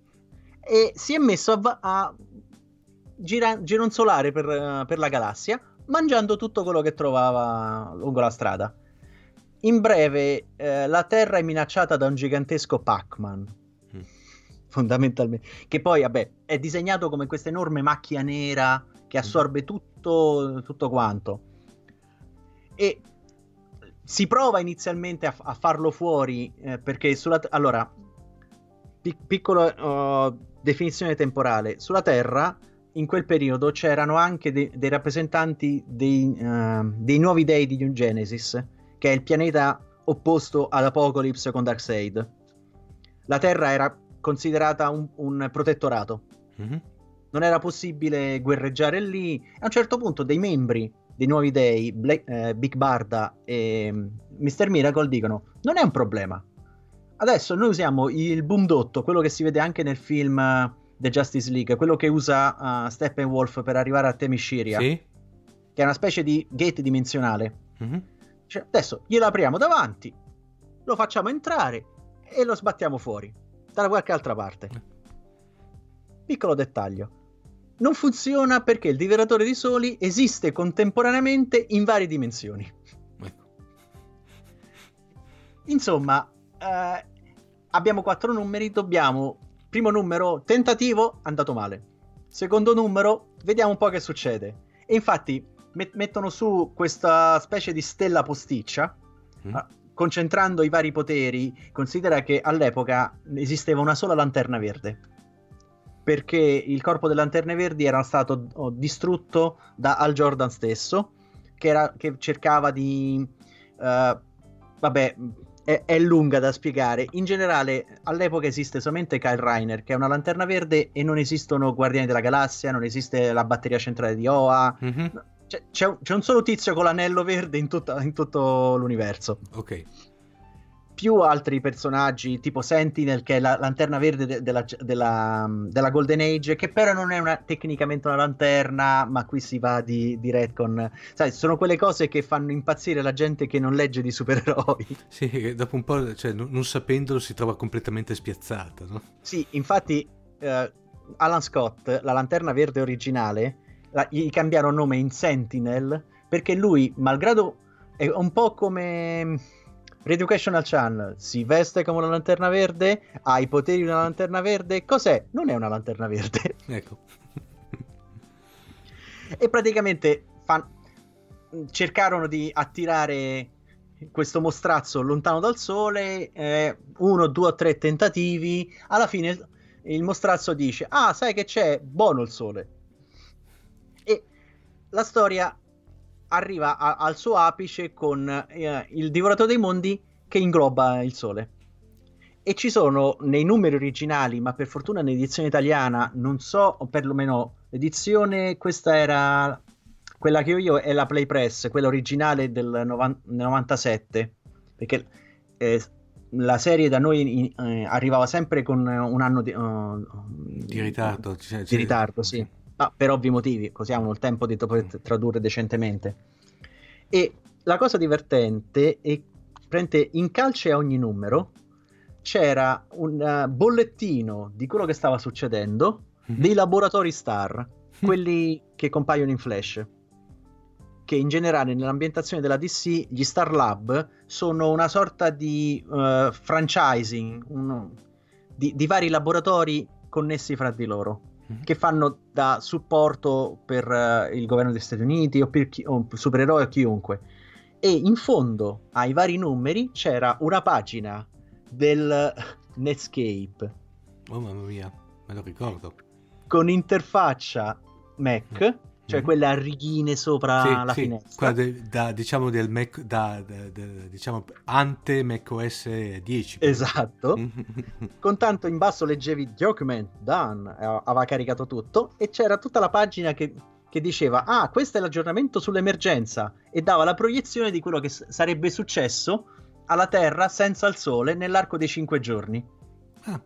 e si è messo a, a gira- gironzolare per, uh, per la galassia, mangiando tutto quello che trovava lungo la strada. In breve, eh, la Terra è minacciata da un gigantesco Pac-Man, mm. fondamentalmente, che poi, vabbè, è disegnato come questa enorme macchia nera che assorbe tutto, tutto quanto. E si prova inizialmente a, a farlo fuori eh, perché sulla t- allora pic- piccola uh, definizione temporale, sulla Terra in quel periodo c'erano anche de- dei rappresentanti dei, uh, dei nuovi dei di New Genesis, che è il pianeta opposto ad Apocalypse con Darkseid. La Terra era considerata un, un protettorato, mm-hmm. non era possibile guerreggiare lì. A un certo punto dei membri dei nuovi dei, Black, eh, Big Barda e mister Miracle dicono: non è un problema, adesso noi usiamo il boomdotto, quello che si vede anche nel film uh, The Justice League, quello che usa uh, Steppenwolf per arrivare a Themyscira, sì? Che è una specie di gate dimensionale. Mm-hmm. Cioè, adesso glielo apriamo davanti, lo facciamo entrare e lo sbattiamo fuori da qualche altra parte. Piccolo dettaglio: non funziona perché il Divoratore di Soli esiste contemporaneamente in varie dimensioni. Insomma, eh, abbiamo quattro numeri, dobbiamo... Primo numero, tentativo, andato male. Secondo numero, vediamo un po' che succede. E infatti met- mettono su questa specie di stella posticcia, mm. eh, concentrando i vari poteri. Considera che all'epoca esisteva una sola lanterna verde, perché il corpo delle lanterne verdi era stato oh, distrutto da Hal Jordan stesso, che, era, che cercava di... Uh, vabbè, è, è lunga da spiegare. In generale, all'epoca esiste solamente Kyle Rayner, che è una lanterna verde, e non esistono Guardiani della Galassia, non esiste la batteria centrale di Oa. Mm-hmm. C'è, c'è, un, c'è un solo tizio con l'anello verde in, tutta, in tutto l'universo. Ok. Più altri personaggi tipo Sentinel, che è la lanterna verde de- della, della, della Golden Age, che però non è una, tecnicamente una lanterna, ma qui si va di, di retcon. Sai, sono quelle cose che fanno impazzire la gente che non legge di supereroi. Sì, che dopo un po', cioè, non, non sapendolo, si trova completamente spiazzata, no? Sì, infatti eh, Alan Scott, la lanterna verde originale, la, gli cambiarono nome in Sentinel, perché lui, malgrado è un po' come... Reeducational Channel, si veste come una lanterna verde, ha i poteri di una lanterna verde. Cos'è? Non è una lanterna verde. Ecco. E praticamente fan... cercarono di attirare questo mostrazzo lontano dal sole, eh, uno, due o tre tentativi. Alla fine il mostrazzo dice: ah, sai che c'è? Buono il sole. E la storia arriva a, al suo apice con eh, il Divoratore dei Mondi che ingloba il sole. e ci sono nei numeri originali, ma per fortuna nell'edizione italiana, non so, o perlomeno l'edizione, questa era quella che ho io, è la Play Press, quella originale del novantasette, perché eh, la serie da noi eh, arrivava sempre con un anno di, uh, di ritardo, cioè, di ritardo, sì, ma per ovvi motivi, così hanno il tempo di poter tradurre decentemente. E la cosa divertente è che in calce a ogni numero c'era un uh, bollettino di quello che stava succedendo, mm-hmm. dei laboratori Star, quelli che compaiono in Flash, che in generale nell'ambientazione della D C gli Star Lab sono una sorta di uh, franchising un, di, di vari laboratori connessi fra di loro, mm-hmm. che fanno da supporto per uh, il governo degli Stati Uniti o per chi, o supereroi o chiunque. E in fondo ai vari numeri c'era una pagina del Netscape, oh mamma mia, me lo ricordo, con interfaccia Mac, mm. cioè quelle a righine sopra sì, la sì, finestra, de, da, diciamo del Mac, da, da, da, diciamo ante macOS dieci, esatto. Con tanto in basso leggevi document done, aveva caricato tutto, e c'era tutta la pagina che, che diceva ah, questo è l'aggiornamento sull'emergenza, e dava la proiezione di quello che s- sarebbe successo alla Terra senza il sole nell'arco dei cinque giorni. Ah.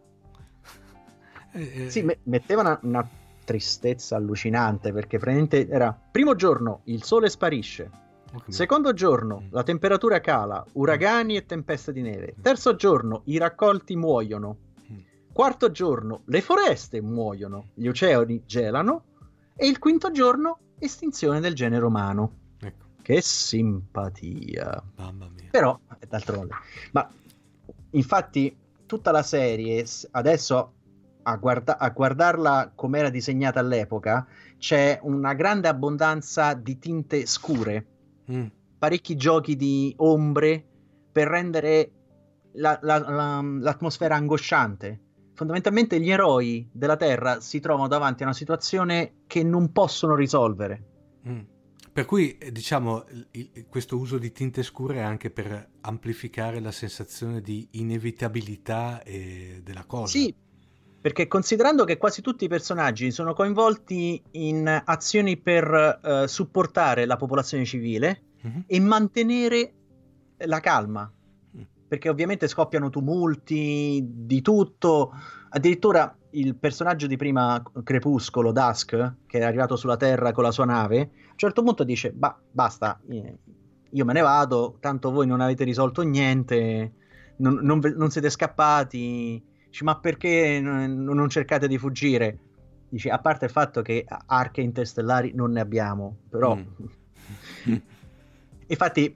eh, eh. Sì, me- metteva una, una tristezza allucinante, perché praticamente era primo giorno il sole sparisce, okay. Secondo giorno la temperatura cala, uragani e tempeste di neve, terzo giorno i raccolti muoiono, quarto giorno le foreste muoiono, gli oceani gelano, e il quinto giorno estinzione del genere umano. Ecco. Che simpatia, mamma mia. Però d'altronde, ma infatti tutta la serie adesso a, guarda- a guardarla come era disegnata all'epoca c'è una grande abbondanza di tinte scure, mm. parecchi giochi di ombre per rendere la, la, la, l'atmosfera angosciante. Fondamentalmente gli eroi della Terra si trovano davanti a una situazione che non possono risolvere. Mm. Per cui, diciamo, il, il, questo uso di tinte scure è anche per amplificare la sensazione di inevitabilità e della cosa. Sì, perché considerando che quasi tutti i personaggi sono coinvolti in azioni per uh, supportare la popolazione civile mm-hmm. e mantenere la calma, mm. perché ovviamente scoppiano tumulti di tutto, addirittura il personaggio di prima, Crepuscolo, Dusk, che è arrivato sulla Terra con la sua nave, a un certo punto dice, bah, basta, io me ne vado, tanto voi non avete risolto niente, non, non, non siete scappati, dice, ma perché non, non cercate di fuggire? Dice, a parte il fatto che arche interstellari non ne abbiamo, però... Mm. Infatti,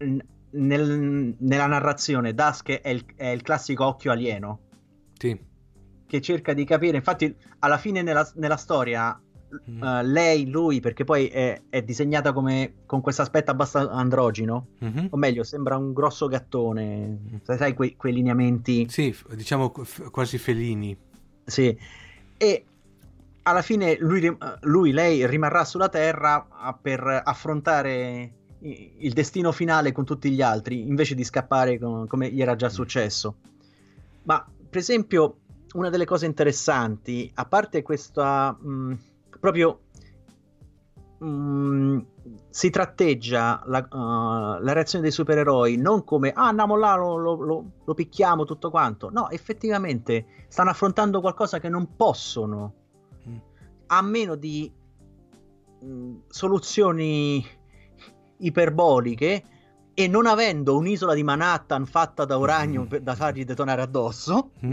nel, nella narrazione, Dusk è il, è il classico occhio alieno. Sì. Che cerca di capire, infatti alla fine nella, nella storia mm. uh, lei, lui, perché poi è, è disegnata come con questo aspetto abbastanza androgino, mm-hmm. o meglio sembra un grosso gattone, mm. sai quei, quei lineamenti, sì, diciamo f- quasi felini, sì, e alla fine lui, lui lei rimarrà sulla Terra per affrontare il destino finale con tutti gli altri invece di scappare con, come gli era già successo. Ma per esempio una delle cose interessanti, a parte questa mh, proprio mh, si tratteggia la, uh, la reazione dei supereroi non come ah andiamo là, lo, lo, lo, lo picchiamo tutto quanto, no, effettivamente stanno affrontando qualcosa che non possono mm. a meno di mh, soluzioni iperboliche, e non avendo un'isola di Manhattan fatta da uranio mm. da fargli detonare addosso, mm.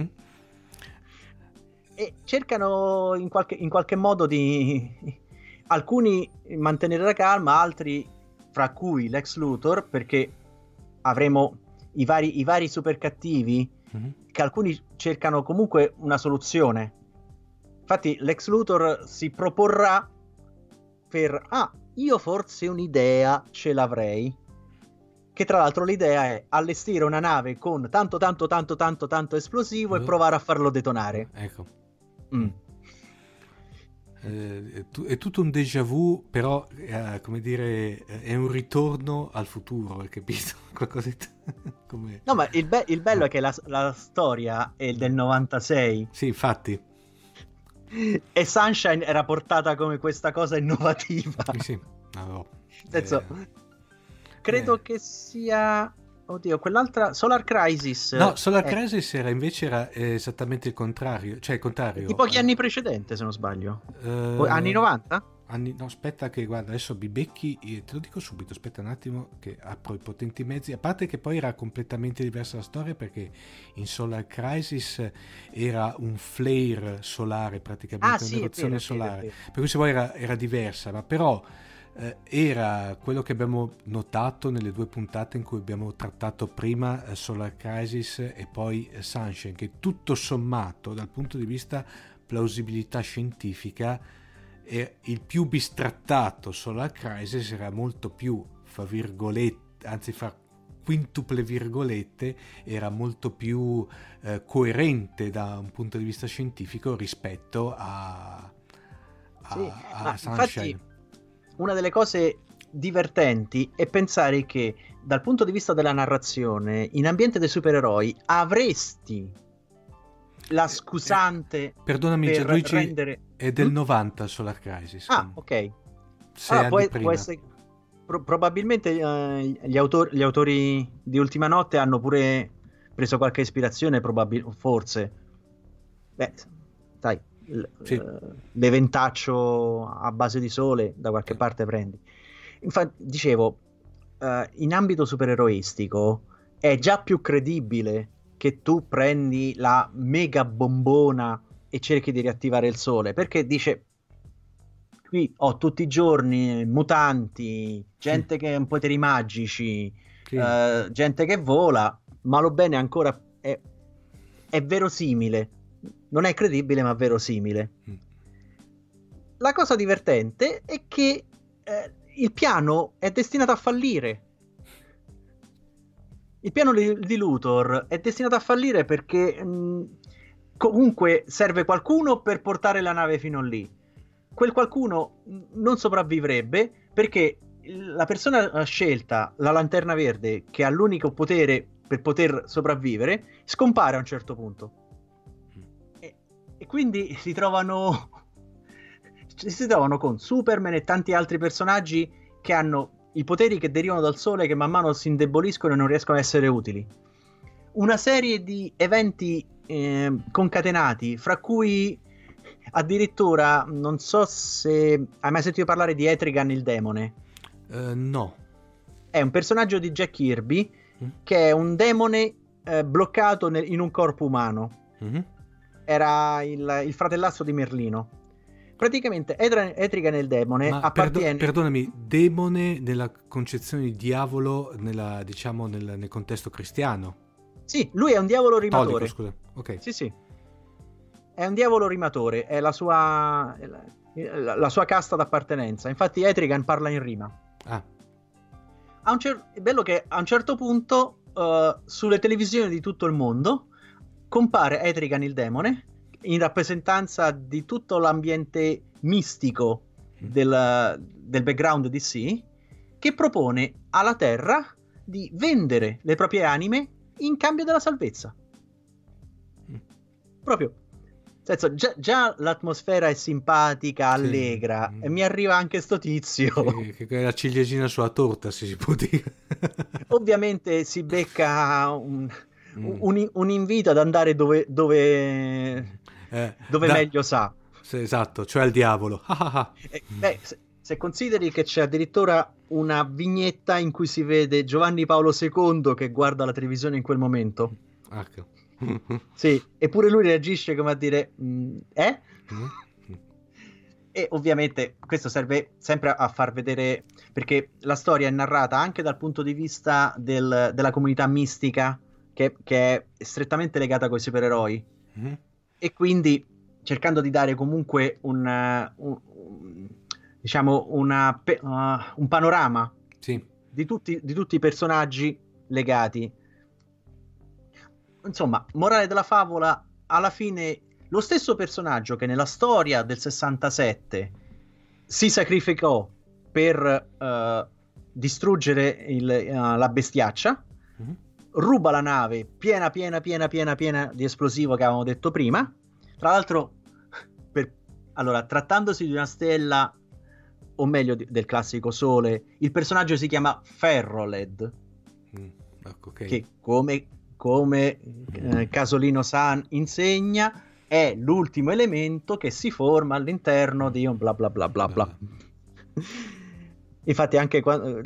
e cercano in qualche, in qualche modo di alcuni mantenere la calma, altri, fra cui Lex Luthor, perché avremo i vari, i vari super cattivi mm-hmm. che alcuni cercano comunque una soluzione. Infatti Lex Luthor si proporrà per ah io forse un'idea ce l'avrei, che tra l'altro l'idea è allestire una nave con tanto tanto tanto tanto tanto esplosivo mm. e provare a farlo detonare. Ecco. Mm. Eh, è, tu- è tutto un déjà vu, però eh, come dire, è un ritorno al futuro, hai capito? Qualcosa di... come... No, ma il, be- il bello è che la, la storia è del novantasei. Sì, infatti. E Sunshine era portata come questa cosa innovativa. Sì, sì. No, no. Nel senso, Eh, credo eh. che sia... Oddio, quell'altra... Solar Crisis. No, Solar è Crisis era invece era esattamente il contrario, cioè il contrario. di pochi Eh, anni precedente, se non sbaglio. eh, O- Anni novanta? anni- no, aspetta che guarda, adesso mi becchi, eh, te lo dico subito, aspetta un attimo che apro i potenti mezzi, a parte che poi era completamente diversa la storia perché in Solar Crisis era un flare solare, praticamente Ah, sì, è un'eruzione vero, è vero, è solare, vero. per cui se vuoi era, era diversa, ma però eh, era quello che abbiamo notato nelle due puntate in cui abbiamo trattato prima eh, Solar Crisis e poi eh, Sunshine, che tutto sommato dal punto di vista plausibilità scientifica e il più bistrattato Solar Crisis era molto più, fra virgolette, anzi fra quintuple virgolette, era molto più eh, coerente da un punto di vista scientifico rispetto a, a, Sì, a ma Sunshine. infatti una delle cose divertenti è pensare che dal punto di vista della narrazione, in ambiente dei supereroi, avresti la scusante Perdonami per Gianluigi, rendere... è del Mm? novanta Solar Crisis. Ah, ok. Sei Allora, anni può, prima. può essere... pro- probabilmente eh, gli, autori, gli autori di Ultima Notte hanno pure preso qualche ispirazione, probabil- forse. Beh, sai, l- Sì. eh, l'eventaccio a base di sole da qualche Sì. parte prendi. Infatti, dicevo, eh, in ambito supereroistico è già più credibile che tu prendi la mega bombona e cerchi di riattivare il sole, perché dice qui ho tutti i giorni mutanti, gente che ha poteri magici, Sì. eh, gente che vola, malo bene ancora è, è verosimile, non è credibile ma verosimile. Mm. La cosa divertente è che eh, il piano è destinato a fallire. Il piano di, di Luthor è destinato a fallire perché mh, comunque serve qualcuno per portare la nave fino lì. Quel qualcuno mh, non sopravvivrebbe perché la persona scelta, la Lanterna Verde, che ha l'unico potere per poter sopravvivere, scompare a un certo punto. E, e quindi si trovano si trovano con Superman e tanti altri personaggi che hanno i poteri che derivano dal sole, che man mano si indeboliscono e non riescono a essere utili. Una serie di eventi eh, concatenati, fra cui addirittura, non so se hai mai sentito parlare di Etrigan il demone. Eh, no. È un personaggio di Jack Kirby Mm. che è un demone eh, bloccato nel- in un corpo umano. Mhm. Era il, il fratellastro di Merlino. Praticamente Edra- Etrigan il demone Ma perdo- appartiene... perdonami, demone nella concezione di diavolo nella, diciamo nel, nel contesto cristiano. Sì, lui è un diavolo rimatore. Cattolico, scusa. Ok. Sì, sì. È un diavolo rimatore, è la sua, è la, la sua casta d'appartenenza. Infatti Etrigan parla in rima. Ah, A un cer- è bello che a un certo punto uh, sulle televisioni di tutto il mondo compare Etrigan il demone in rappresentanza di tutto l'ambiente mistico del, del background D C, che propone alla Terra di vendere le proprie anime in cambio della salvezza. Proprio. Nel senso, già, già l'atmosfera è simpatica, Sì. allegra, Mm. e mi arriva anche sto tizio. sì, che è la ciliegina sulla torta, se si può dire. Ovviamente si becca un, Mm. un, un invito ad andare dove, dove, Eh, dove da- meglio sa. sì, esatto, cioè al diavolo. Ah, ah, ah. E, beh, se, se consideri che c'è addirittura una vignetta in cui si vede Giovanni Paolo secondo che guarda la televisione in quel momento. Ecco. Sì, eppure lui reagisce come a dire "Mm, eh?" Mm. E ovviamente questo serve sempre a far vedere, perché la storia è narrata anche dal punto di vista del- della comunità mistica che, che è strettamente legata con i supereroi, Mm. e quindi cercando di dare comunque un, uh, un- un- diciamo una, pe- uh, un panorama Sì. di tutti, di tutti i personaggi legati. Insomma, morale della favola, alla fine lo stesso personaggio che nella storia del sessantasette si sacrificò per uh, distruggere il, uh, la bestiaccia, mm-hmm. ruba la nave piena piena piena piena piena di esplosivo che avevamo detto prima. Tra l'altro, per, allora, trattandosi di una stella, o meglio di, del classico Sole, il personaggio si chiama Ferroled, mm, okay. che come, come eh, Casolino San insegna è l'ultimo elemento che si forma all'interno di un bla bla bla bla bla. Infatti anche quando,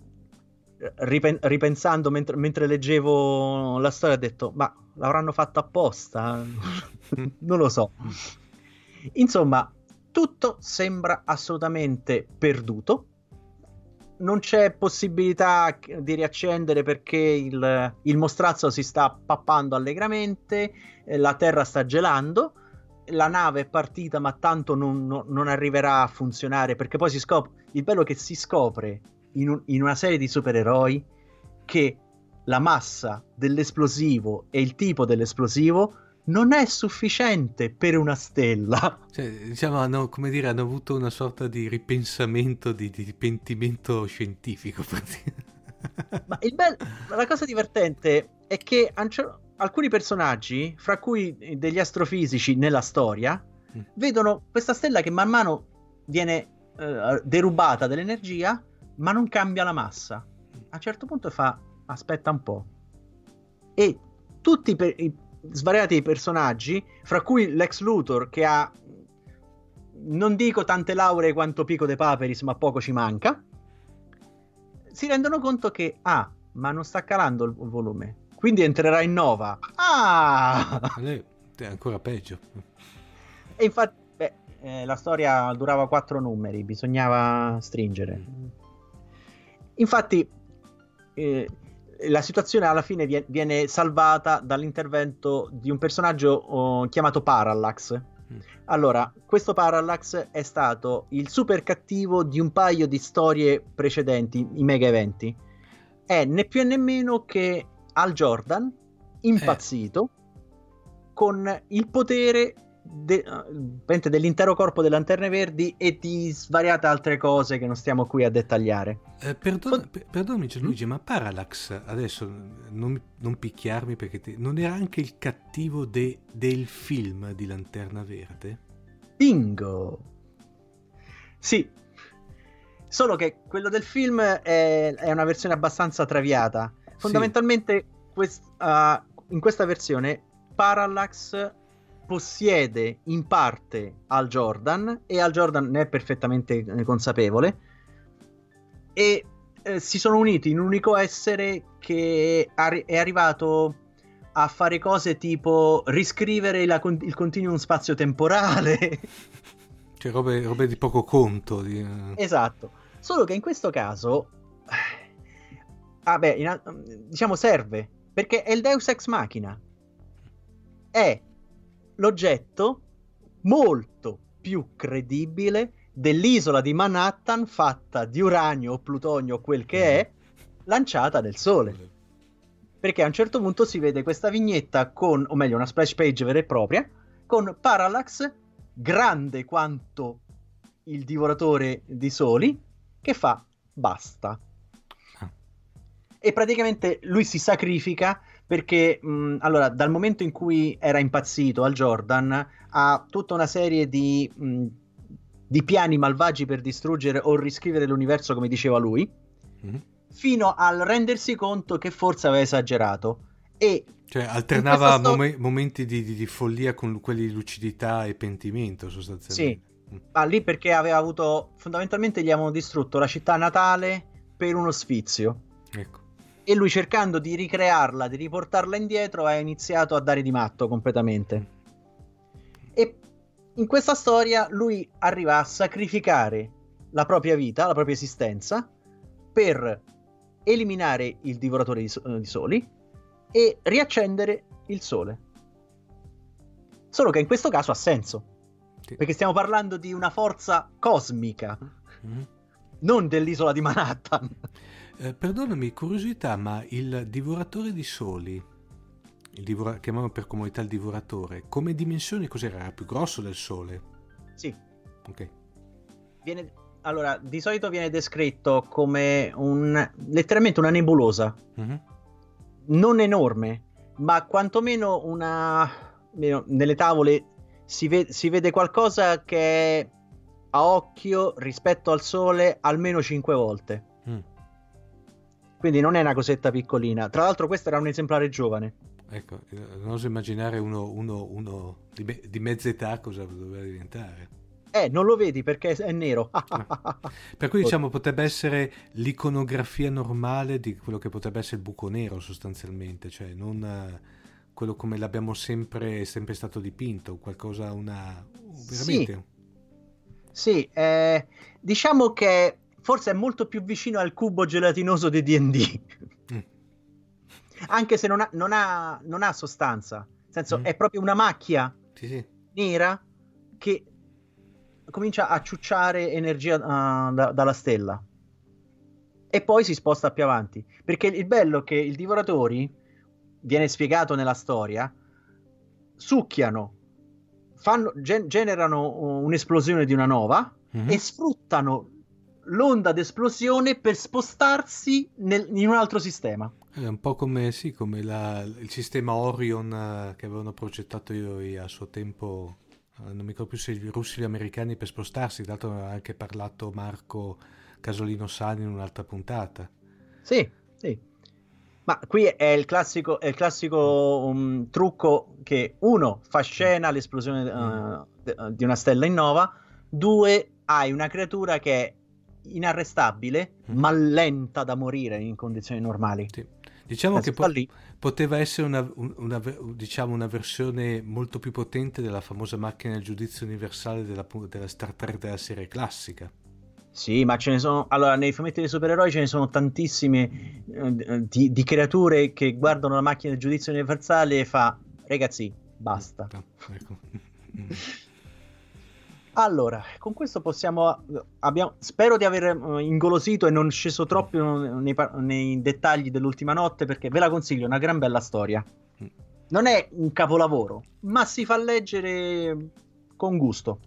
ripen- ripensando mentre, mentre leggevo la storia ho detto, ma l'avranno fatto apposta? Non lo so. Insomma, tutto sembra assolutamente perduto, non c'è possibilità di riaccendere perché il, il mostrazzo si sta pappando allegramente, la terra sta gelando, la nave è partita ma tanto non, non, non arriverà a funzionare, perché poi si scopre, il bello è che si scopre in, un, in una serie di supereroi che la massa dell'esplosivo e il tipo dell'esplosivo non è sufficiente per una stella. Cioè, diciamo, hanno, come dire, hanno avuto una sorta di ripensamento, di, di pentimento scientifico. Ma il bello, la cosa divertente è che alcuni personaggi, fra cui degli astrofisici nella storia, mm. vedono questa stella che man mano viene eh, derubata dell'energia, ma non cambia la massa. A un certo punto fa, aspetta un po'. E tutti per, i svariati personaggi, fra cui Lex Luthor, che ha, non dico tante lauree quanto Pico de Paperis, ma poco ci manca, si rendono conto che, ah, ma non sta calando il volume, quindi entrerà in nova. Ah! È ancora peggio. E infatti, beh, eh, la storia durava quattro numeri, bisognava stringere. Infatti, eh, la situazione alla fine viene, viene salvata dall'intervento di un personaggio oh, chiamato Parallax. Mm. Allora, questo Parallax è stato il super cattivo di un paio di storie precedenti, i mega eventi. È né più né meno che Hal Jordan, impazzito, eh. con il potere de, uh, dell'intero corpo delle Lanterne Verdi e di svariate altre cose che non stiamo qui a dettagliare. Eh, perdona, Fo- per, perdonami Gianluigi, mm? ma Parallax, adesso non, non picchiarmi perché te, non era anche il cattivo de, del film di Lanterna Verde? Bingo! Sì, solo che quello del film è, è una versione abbastanza traviata. Fondamentalmente sì. quest, uh, in questa versione Parallax possiede in parte Hal Jordan e Hal Jordan ne è perfettamente consapevole e eh, si sono uniti in un unico essere che arri- è arrivato a fare cose tipo riscrivere la, il continuum spazio-temporale, cioè robe, robe di poco conto di... Esatto, solo che in questo caso ah beh, in, diciamo serve perché è il Deus Ex Machina, è l'oggetto molto più credibile dell'isola di Manhattan fatta di uranio o plutonio o quel che è, lanciata nel sole. Perché a un certo punto si vede questa vignetta con, o meglio una splash page vera e propria, con Parallax grande quanto il divoratore di soli, che fa basta. E praticamente lui si sacrifica perché mh, allora dal momento in cui era impazzito Hal Jordan ha tutta una serie di, mh, di piani malvagi per distruggere o riscrivere l'universo come diceva lui, mm-hmm. fino al rendersi conto che forse aveva esagerato e cioè alternava sto... mom- momenti di, di, di follia con quelli di lucidità e pentimento sostanzialmente. Sì, ma lì perché aveva avuto fondamentalmente gli avevano distrutto la città natale per uno sfizio, ecco. E lui cercando di ricrearla, di riportarla indietro, ha iniziato a dare di matto completamente. E in questa storia lui arriva a sacrificare la propria vita, la propria esistenza, per eliminare il divoratore di, so- di soli e riaccendere il sole. Solo che in questo caso ha senso, sì. Perché stiamo parlando di una forza cosmica, mm-hmm. non dell'isola di Manhattan. Eh, perdonami, curiosità, ma il divoratore di soli il divora- chiamiamolo per comodità il divoratore, come dimensioni cos'era? Era più grosso del Sole? Sì. Ok. Viene, allora, di solito viene descritto come un letteralmente una nebulosa. Mm-hmm. Non enorme, ma quantomeno una... nelle tavole si, ve- si vede qualcosa che è a occhio rispetto al Sole almeno cinque volte. Mm. Quindi non è una cosetta piccolina. Tra l'altro questo era un esemplare giovane. Ecco, non oso immaginare uno, uno, uno di, me- di mezza età cosa doveva diventare. Eh, non lo vedi perché è nero. Ah. Per cui diciamo potrebbe essere l'iconografia normale di quello che potrebbe essere il buco nero sostanzialmente, cioè non uh, quello come l'abbiamo sempre, sempre stato dipinto, qualcosa, una... veramente... Sì, sì eh, diciamo che forse è molto più vicino al cubo gelatinoso di D and D. Mm. Anche se non ha, non ha, non ha sostanza, nel senso mm. è proprio una macchia sì, sì. nera che comincia a ciucciare energia uh, da, dalla stella e poi si sposta più avanti, perché il bello è che i divoratori, viene spiegato nella storia, succhiano, fanno, gen- generano un'esplosione di una nova mm-hmm. e sfruttano l'onda d'esplosione per spostarsi nel, in un altro sistema. È un po' come, sì, come la, il sistema Orion uh, che avevano progettato io, io a suo tempo. Non mi ricordo più se i russi o gli americani per spostarsi, dato ha anche parlato Marco Casolino Sani in un'altra puntata. Sì, sì. Ma qui è il classico, è il classico um, trucco che uno fa scena l'esplosione uh, d- di una stella in nova, due hai una creatura che è inarrestabile mm. ma lenta da morire in condizioni normali. Sì. Diciamo che po- poteva essere una, una, diciamo una versione molto più potente della famosa macchina del giudizio universale della, della Star Trek della serie classica. Sì, ma ce ne sono... Allora, nei fumetti dei supereroi ce ne sono tantissime eh, di, di creature che guardano la macchina del giudizio universale e fa, ragazzi, basta. No, ecco. Allora, con questo possiamo... Abbiamo, spero di aver ingolosito e non sceso troppo nei, nei dettagli dell'ultima notte, perché ve la consiglio, è una gran bella storia. Non è un capolavoro, ma si fa leggere con gusto.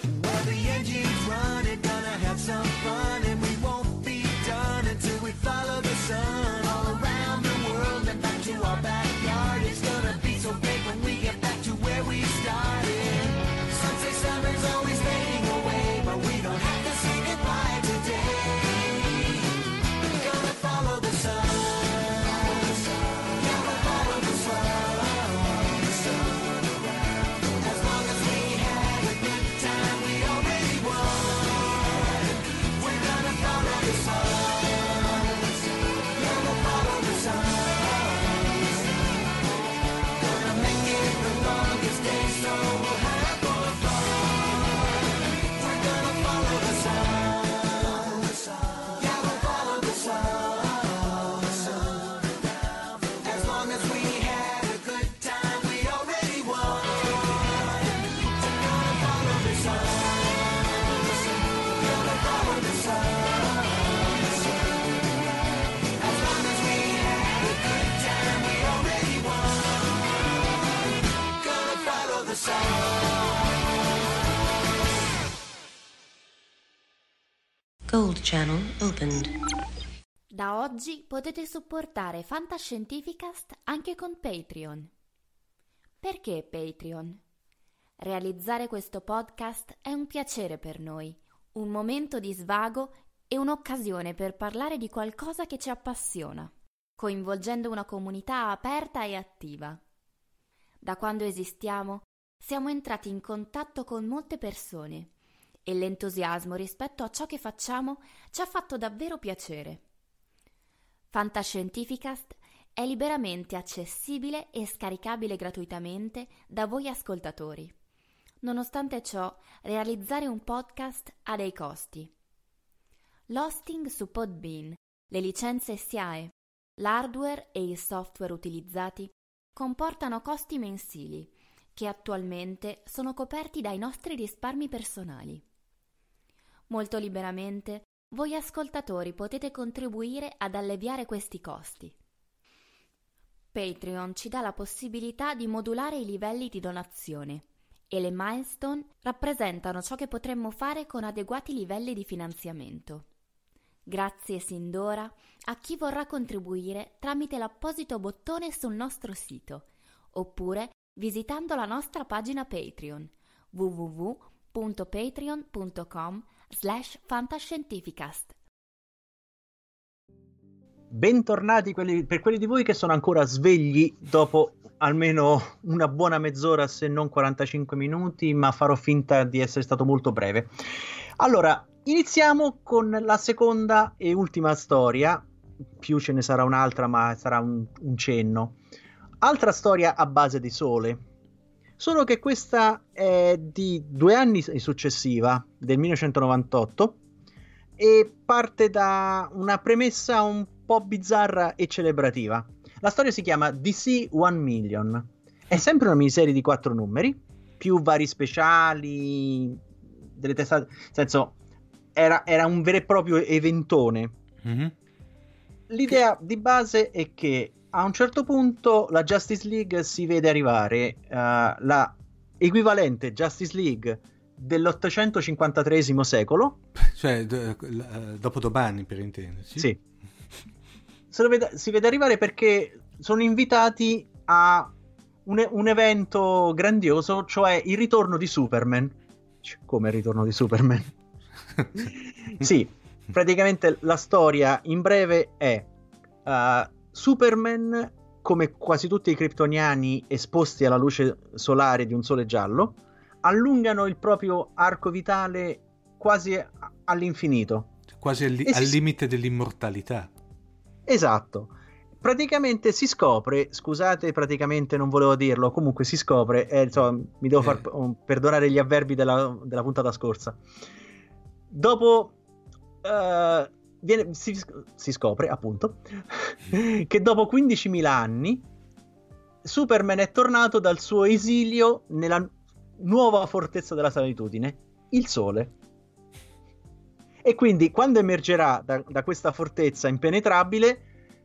Gold Channel opened. Da oggi potete supportare Fantascientificast anche con Patreon. Perché Patreon? Realizzare questo podcast è un piacere per noi, un momento di svago e un'occasione per parlare di qualcosa che ci appassiona, coinvolgendo una comunità aperta e attiva. Da quando esistiamo, siamo entrati in contatto con molte persone e l'entusiasmo rispetto a ciò che facciamo ci ha fatto davvero piacere. Fantascientificast è liberamente accessibile e scaricabile gratuitamente da voi ascoltatori. Nonostante ciò, realizzare un podcast ha dei costi. L'hosting su Podbean, le licenze S I A E, l'hardware e il software utilizzati comportano costi mensili che attualmente sono coperti dai nostri risparmi personali. Molto liberamente, voi ascoltatori potete contribuire ad alleviare questi costi. Patreon ci dà la possibilità di modulare i livelli di donazione e le milestone rappresentano ciò che potremmo fare con adeguati livelli di finanziamento. Grazie sin d'ora a chi vorrà contribuire tramite l'apposito bottone sul nostro sito, oppure visitando la nostra pagina Patreon w w w punto patreon punto com slash fantascientificast. Bentornati quelli, per quelli di voi che sono ancora svegli dopo almeno una buona mezz'ora, se non quarantacinque minuti, ma farò finta di essere stato molto breve. Allora, iniziamo con la seconda e ultima storia, più ce ne sarà un'altra, ma sarà un, un cenno. Altra storia a base di sole, solo che questa è di due anni successiva, del millenovecentonovantotto, e parte da una premessa un po' bizzarra e celebrativa. La storia si chiama D C One Million. È sempre una miniserie di quattro numeri, più vari speciali, delle testate, nel senso, era, era un vero e proprio eventone. Mm-hmm. L'idea che... di base è che a un certo punto la Justice League si vede arrivare uh, la equivalente Justice League dell'ottocentocinquantresimo secolo, cioè d- d- dopo domani, per intenderci. Sì. Se lo vede, si vede arrivare perché sono invitati a un, un evento grandioso, cioè il ritorno di Superman. Come il ritorno di Superman? Sì, praticamente la storia in breve è uh, Superman, come quasi tutti i kryptoniani esposti alla luce solare di un sole giallo, allungano il proprio arco vitale quasi all'infinito, quasi al, li- al si... limite dell'immortalità. Esatto. Praticamente si scopre, scusate, praticamente non volevo dirlo, comunque si scopre, eh, insomma, mi devo far eh. perdonare gli avverbi della, della puntata scorsa. Dopo uh, viene, si, si scopre appunto che dopo quindicimila anni Superman è tornato dal suo esilio nella nuova fortezza della solitudine, il Sole. E quindi quando emergerà da, da questa fortezza impenetrabile,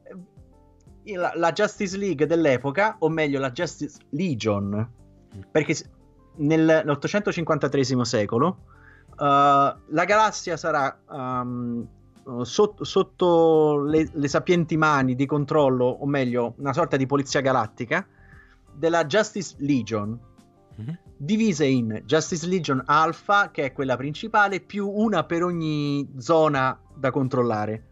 la, la Justice League dell'epoca, o meglio la Justice Legion, perché nel, nell'ottocentocinquantresimo secolo uh, la galassia sarà um, sotto, sotto le, le sapienti mani di controllo, o meglio una sorta di polizia galattica della Justice Legion, mm-hmm. divise in Justice Legion Alpha, che è quella principale, più una per ogni zona da controllare.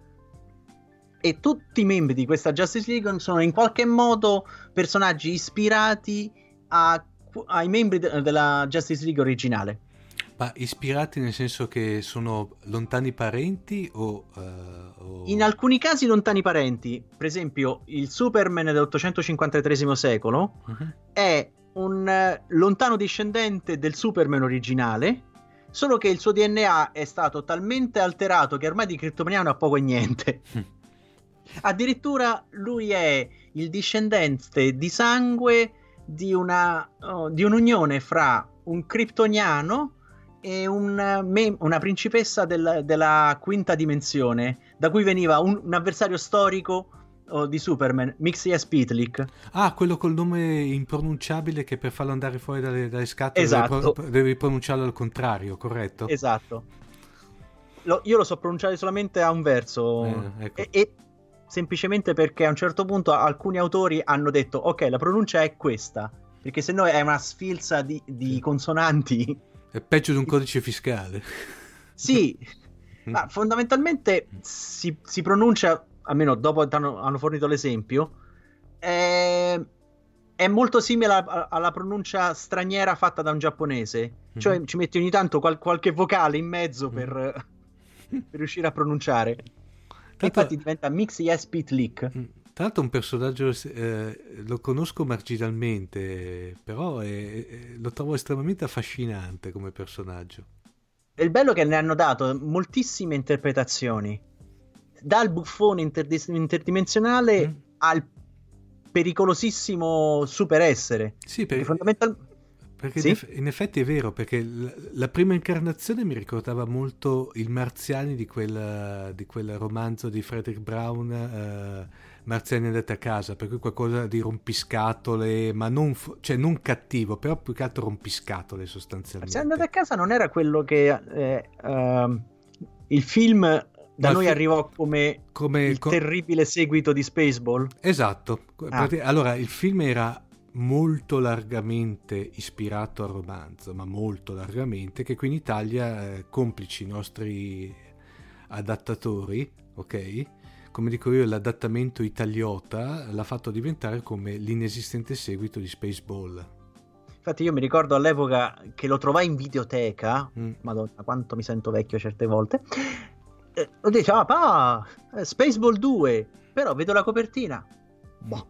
E tutti i membri di questa Justice Legion sono in qualche modo personaggi ispirati a, ai membri de- della Justice League originale. Ma ispirati nel senso che sono lontani parenti o, uh, o... In alcuni casi lontani parenti. Per esempio il Superman dell'ottocentocinquantresimo secolo uh-huh. è un uh, lontano discendente del Superman originale, solo che il suo D N A è stato talmente alterato che ormai di kryptoniano ha poco e niente. Addirittura lui è il discendente di sangue di una oh, di un'unione fra un kryptoniano e un, me, una principessa del, della quinta dimensione, da cui veniva un, un avversario storico oh, di Superman, Mixia Spitlik. Ah, quello col nome impronunciabile che per farlo andare fuori dalle, dalle scatole esatto. devi, devi pronunciarlo al contrario, corretto? Esatto. Lo, io lo so pronunciare solamente a un verso eh, ecco. e, e semplicemente perché a un certo punto alcuni autori hanno detto ok, la pronuncia è questa, perché se no è una sfilza di, di consonanti. È peggio di un codice fiscale. Sì, ma fondamentalmente si, si pronuncia, almeno dopo hanno, hanno fornito l'esempio, è, è molto simile alla, alla pronuncia straniera fatta da un giapponese. Cioè mm-hmm. ci metti ogni tanto qual, qualche vocale in mezzo per, mm-hmm. per riuscire a pronunciare. Tanto, infatti diventa Mixia Spitlik. Tra l'altro un personaggio eh, lo conosco marginalmente, però è, è, lo trovo estremamente affascinante come personaggio. È il bello che ne hanno dato moltissime interpretazioni, dal buffone interdi- interdimensionale mm. al pericolosissimo superessere. Sì, perché, fondamental... perché sì? in effetti è vero, perché la, la prima incarnazione mi ricordava molto il Marziani di quel, di quel romanzo di Frederick Brown, uh, Marziani andati a casa, per cui qualcosa di rompiscatole, ma non, cioè non cattivo, però più che altro rompiscatole sostanzialmente. Marziani andati a casa non era quello che eh, uh, il film da ma noi fi- arrivò come, come il co- terribile seguito di Spaceball? Esatto. Ah. Allora, il film era molto largamente ispirato al romanzo, ma molto largamente, che qui in Italia, eh, complici i nostri adattatori, ok? Come dico io, l'adattamento italiota l'ha fatto diventare come l'inesistente seguito di Spaceball. Infatti io mi ricordo all'epoca che lo trovai in videoteca, Mm. madonna quanto mi sento vecchio certe volte, eh, ho detto, ah, pa, eh, Spaceball due, però vedo la copertina, boh,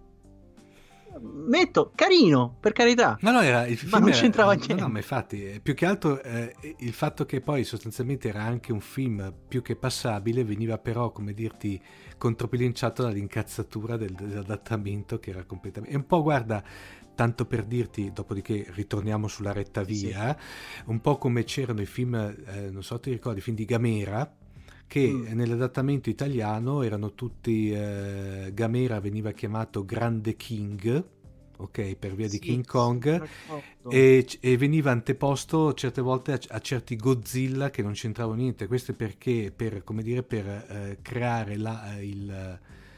metto, carino, per carità, No, no, era, il film ma non era- c'entrava no, niente. No, ma infatti, eh, più che altro eh, il fatto che poi sostanzialmente era anche un film più che passabile, veniva però, come dirti, controbilanciato dall'incazzatura del, dell'adattamento, che era completamente... È un po', guarda, tanto per dirti, dopodiché ritorniamo sulla retta via, un po' come c'erano i film, eh, non so, ti ricordi, i film di Gamera, che Mm. nell'adattamento italiano erano tutti, eh, Gamera veniva chiamato Grande King, ok, per via di Sì, King sì, Kong, me lo ricordo. e, e veniva anteposto certe volte a, a certi Godzilla che non c'entravano niente. Questo è perché, per, come dire, per eh, creare la, il,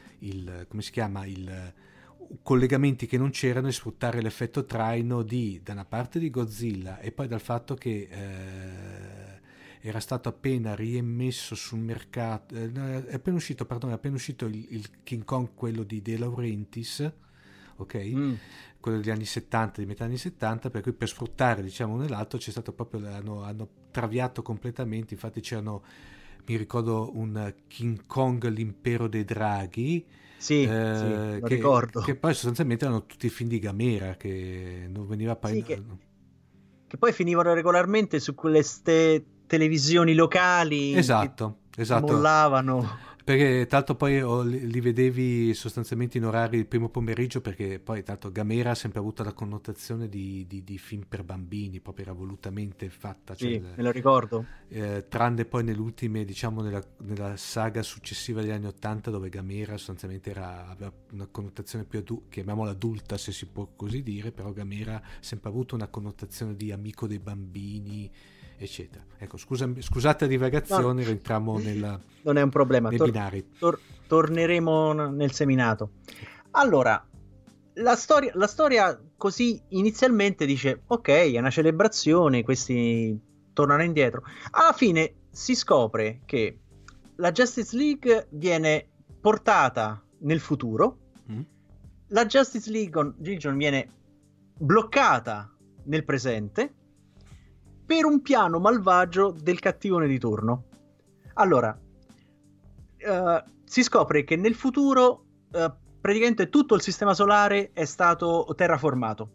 il, come si chiama, il collegamenti che non c'erano, e sfruttare l'effetto traino di, da una parte, di Godzilla, e poi dal fatto che eh, era stato appena rimesso sul mercato, eh, è appena uscito, pardon, è appena uscito il, il King Kong, quello di De Laurentiis, ok? Mm. Quello degli anni settanta, di metà anni settanta, per cui per sfruttare, diciamo, uno e l'altro c'è stato proprio, hanno, hanno traviato completamente. Infatti c'erano, mi ricordo, un King Kong l'impero dei draghi, Sì, eh, sì, lo che, ricordo. che poi sostanzialmente erano tutti film di Gamera, che non veniva poi... Sì, che, che poi finivano regolarmente su quelle ste televisioni locali Esatto, che esatto. mollavano. Perché tanto poi oh, li, li vedevi sostanzialmente in orari il primo pomeriggio, perché poi tanto Gamera ha sempre avuto la connotazione di, di, di film per bambini, proprio era volutamente fatta. Cioè, Sì, me lo ricordo. Eh, tranne poi nelle ultime, diciamo, nella, nella saga successiva degli anni ottanta, dove Gamera sostanzialmente era, aveva una connotazione più adulta, chiamiamola adulta se si può così dire, però Gamera ha sempre avuto una connotazione di amico dei bambini, eccetera. Ecco, scusa, scusate la divagazione, No, rientriamo nella, non è un problema. nei Tor- binari. tor- torneremo n- nel seminato. Allora, la storia, la storia così inizialmente dice, ok, è una celebrazione, questi tornano indietro. Alla fine si scopre che la Justice League viene portata nel futuro, Mm? la Justice League Legion viene bloccata nel presente per un piano malvagio del cattivone di turno. Allora, eh, si scopre che nel futuro eh, praticamente tutto il sistema solare è stato terraformato.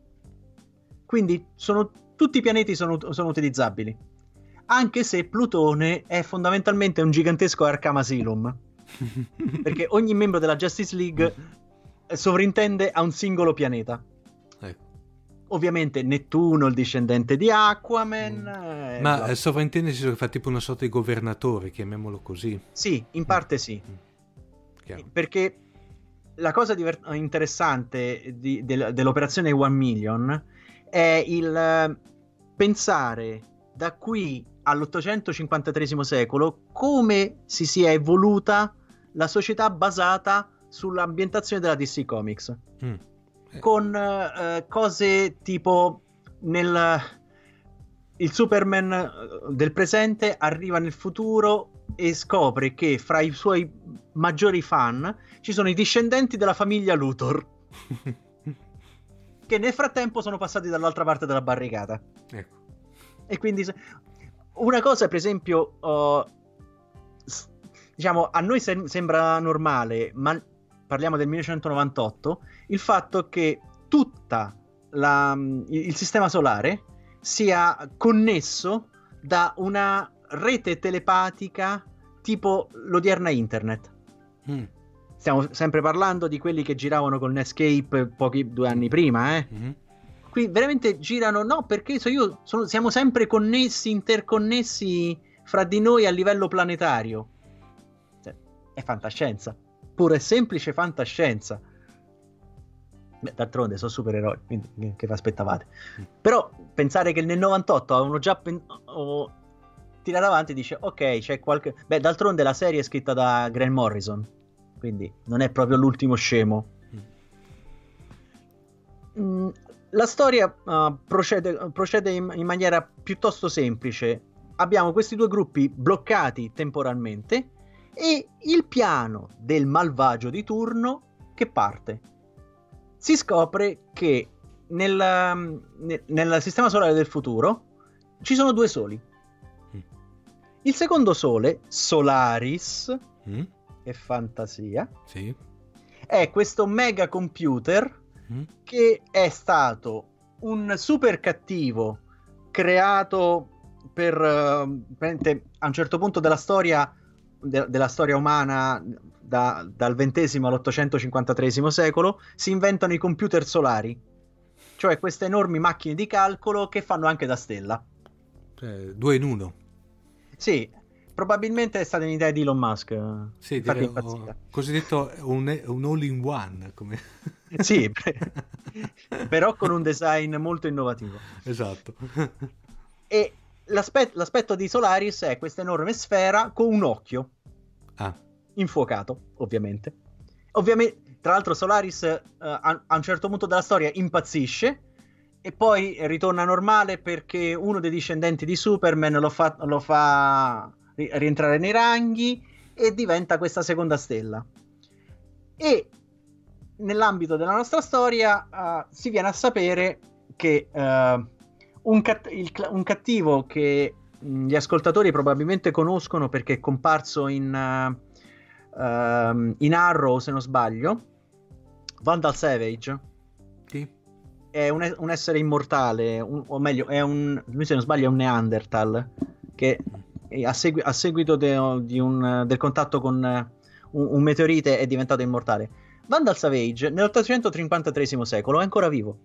Quindi sono, tutti i pianeti sono, sono utilizzabili. Anche se Plutone è fondamentalmente un gigantesco Arkham Asylum. Perché ogni membro della Justice League sovrintende a un singolo pianeta. Ecco. Ovviamente Nettuno, il discendente di Aquaman. Mm. eh, Ma bla- eh, sovrintende nel senso che fa tipo una sorta di governatore, chiamiamolo così. Sì, in parte sì. Chiaro. Perché la cosa diver- interessante di- del- dell'operazione One Million è il eh, pensare da qui all'ottocentocinquantatreesimo secolo come si sia evoluta la società basata sull'ambientazione della D C Comics. Mm. Eh, Con eh, cose tipo nel il Superman eh, del presente arriva nel futuro e scopre che fra i suoi maggiori fan ci sono i discendenti della famiglia Luthor che nel frattempo sono passati dall'altra parte della barricata. ecco. E quindi se- una cosa, per esempio, uh, s- diciamo, a noi sem- sembra normale, ma parliamo del millenovecentonovantotto, il fatto che tutta la, il il sistema solare sia connesso da una rete telepatica tipo l'odierna internet. Mm. Stiamo sempre parlando di quelli che giravano con Netscape pochi due anni prima, eh. Mhm. Qui veramente girano, no, perché so io sono- siamo sempre connessi, interconnessi fra di noi a livello planetario. Cioè, è fantascienza. pura e semplice fantascienza. Beh, d'altronde sono supereroi, quindi che vi aspettavate? Però pensare che nel novantotto avevano già pen- oh, tirato avanti, dice ok, c'è qualche... Beh, d'altronde la serie è scritta da Grant Morrison, quindi non è proprio l'ultimo scemo. Mm, la storia uh, procede, procede in, in maniera piuttosto semplice. Abbiamo questi due gruppi bloccati temporalmente e il piano del malvagio di turno che parte. Si scopre che nel, nel, nel sistema solare del futuro ci sono due soli. Mm. Il secondo sole, Solaris, mm. che fantasia, sì. È questo mega computer mm. che è stato un super cattivo creato per uh, a un certo punto della storia de- della storia umana. Da, dal ventesimo all'ottocentocinquantatreesimo secolo si inventano i computer solari, cioè queste enormi macchine di calcolo che fanno anche da stella, cioè, due in uno. Sì, probabilmente è stata un'idea di Elon Musk, sì, direi, oh, cosiddetto un, un all in one come... sì, però con un design molto innovativo, esatto. E l'aspetto, l'aspetto di Solaris è questa enorme sfera con un occhio ah. infuocato, ovviamente. Ovviamente, tra l'altro, Solaris uh, a, a un certo punto della storia impazzisce e poi ritorna normale perché uno dei discendenti di Superman lo fa, lo fa ri- rientrare nei ranghi e diventa questa seconda stella. E nell'ambito della nostra storia uh, si viene a sapere che uh, un, cat- il, un cattivo che mh, gli ascoltatori probabilmente conoscono perché è comparso in... Uh, Uh, in Arrow, se non sbaglio, Vandal Savage, sì. È un, un essere immortale, un, o meglio è un, se non sbaglio è un Neanderthal che a, segui, a seguito de, di un, del contatto con un, un meteorite è diventato immortale. Vandal Savage nell'ottocentocinquantatreesimo secolo è ancora vivo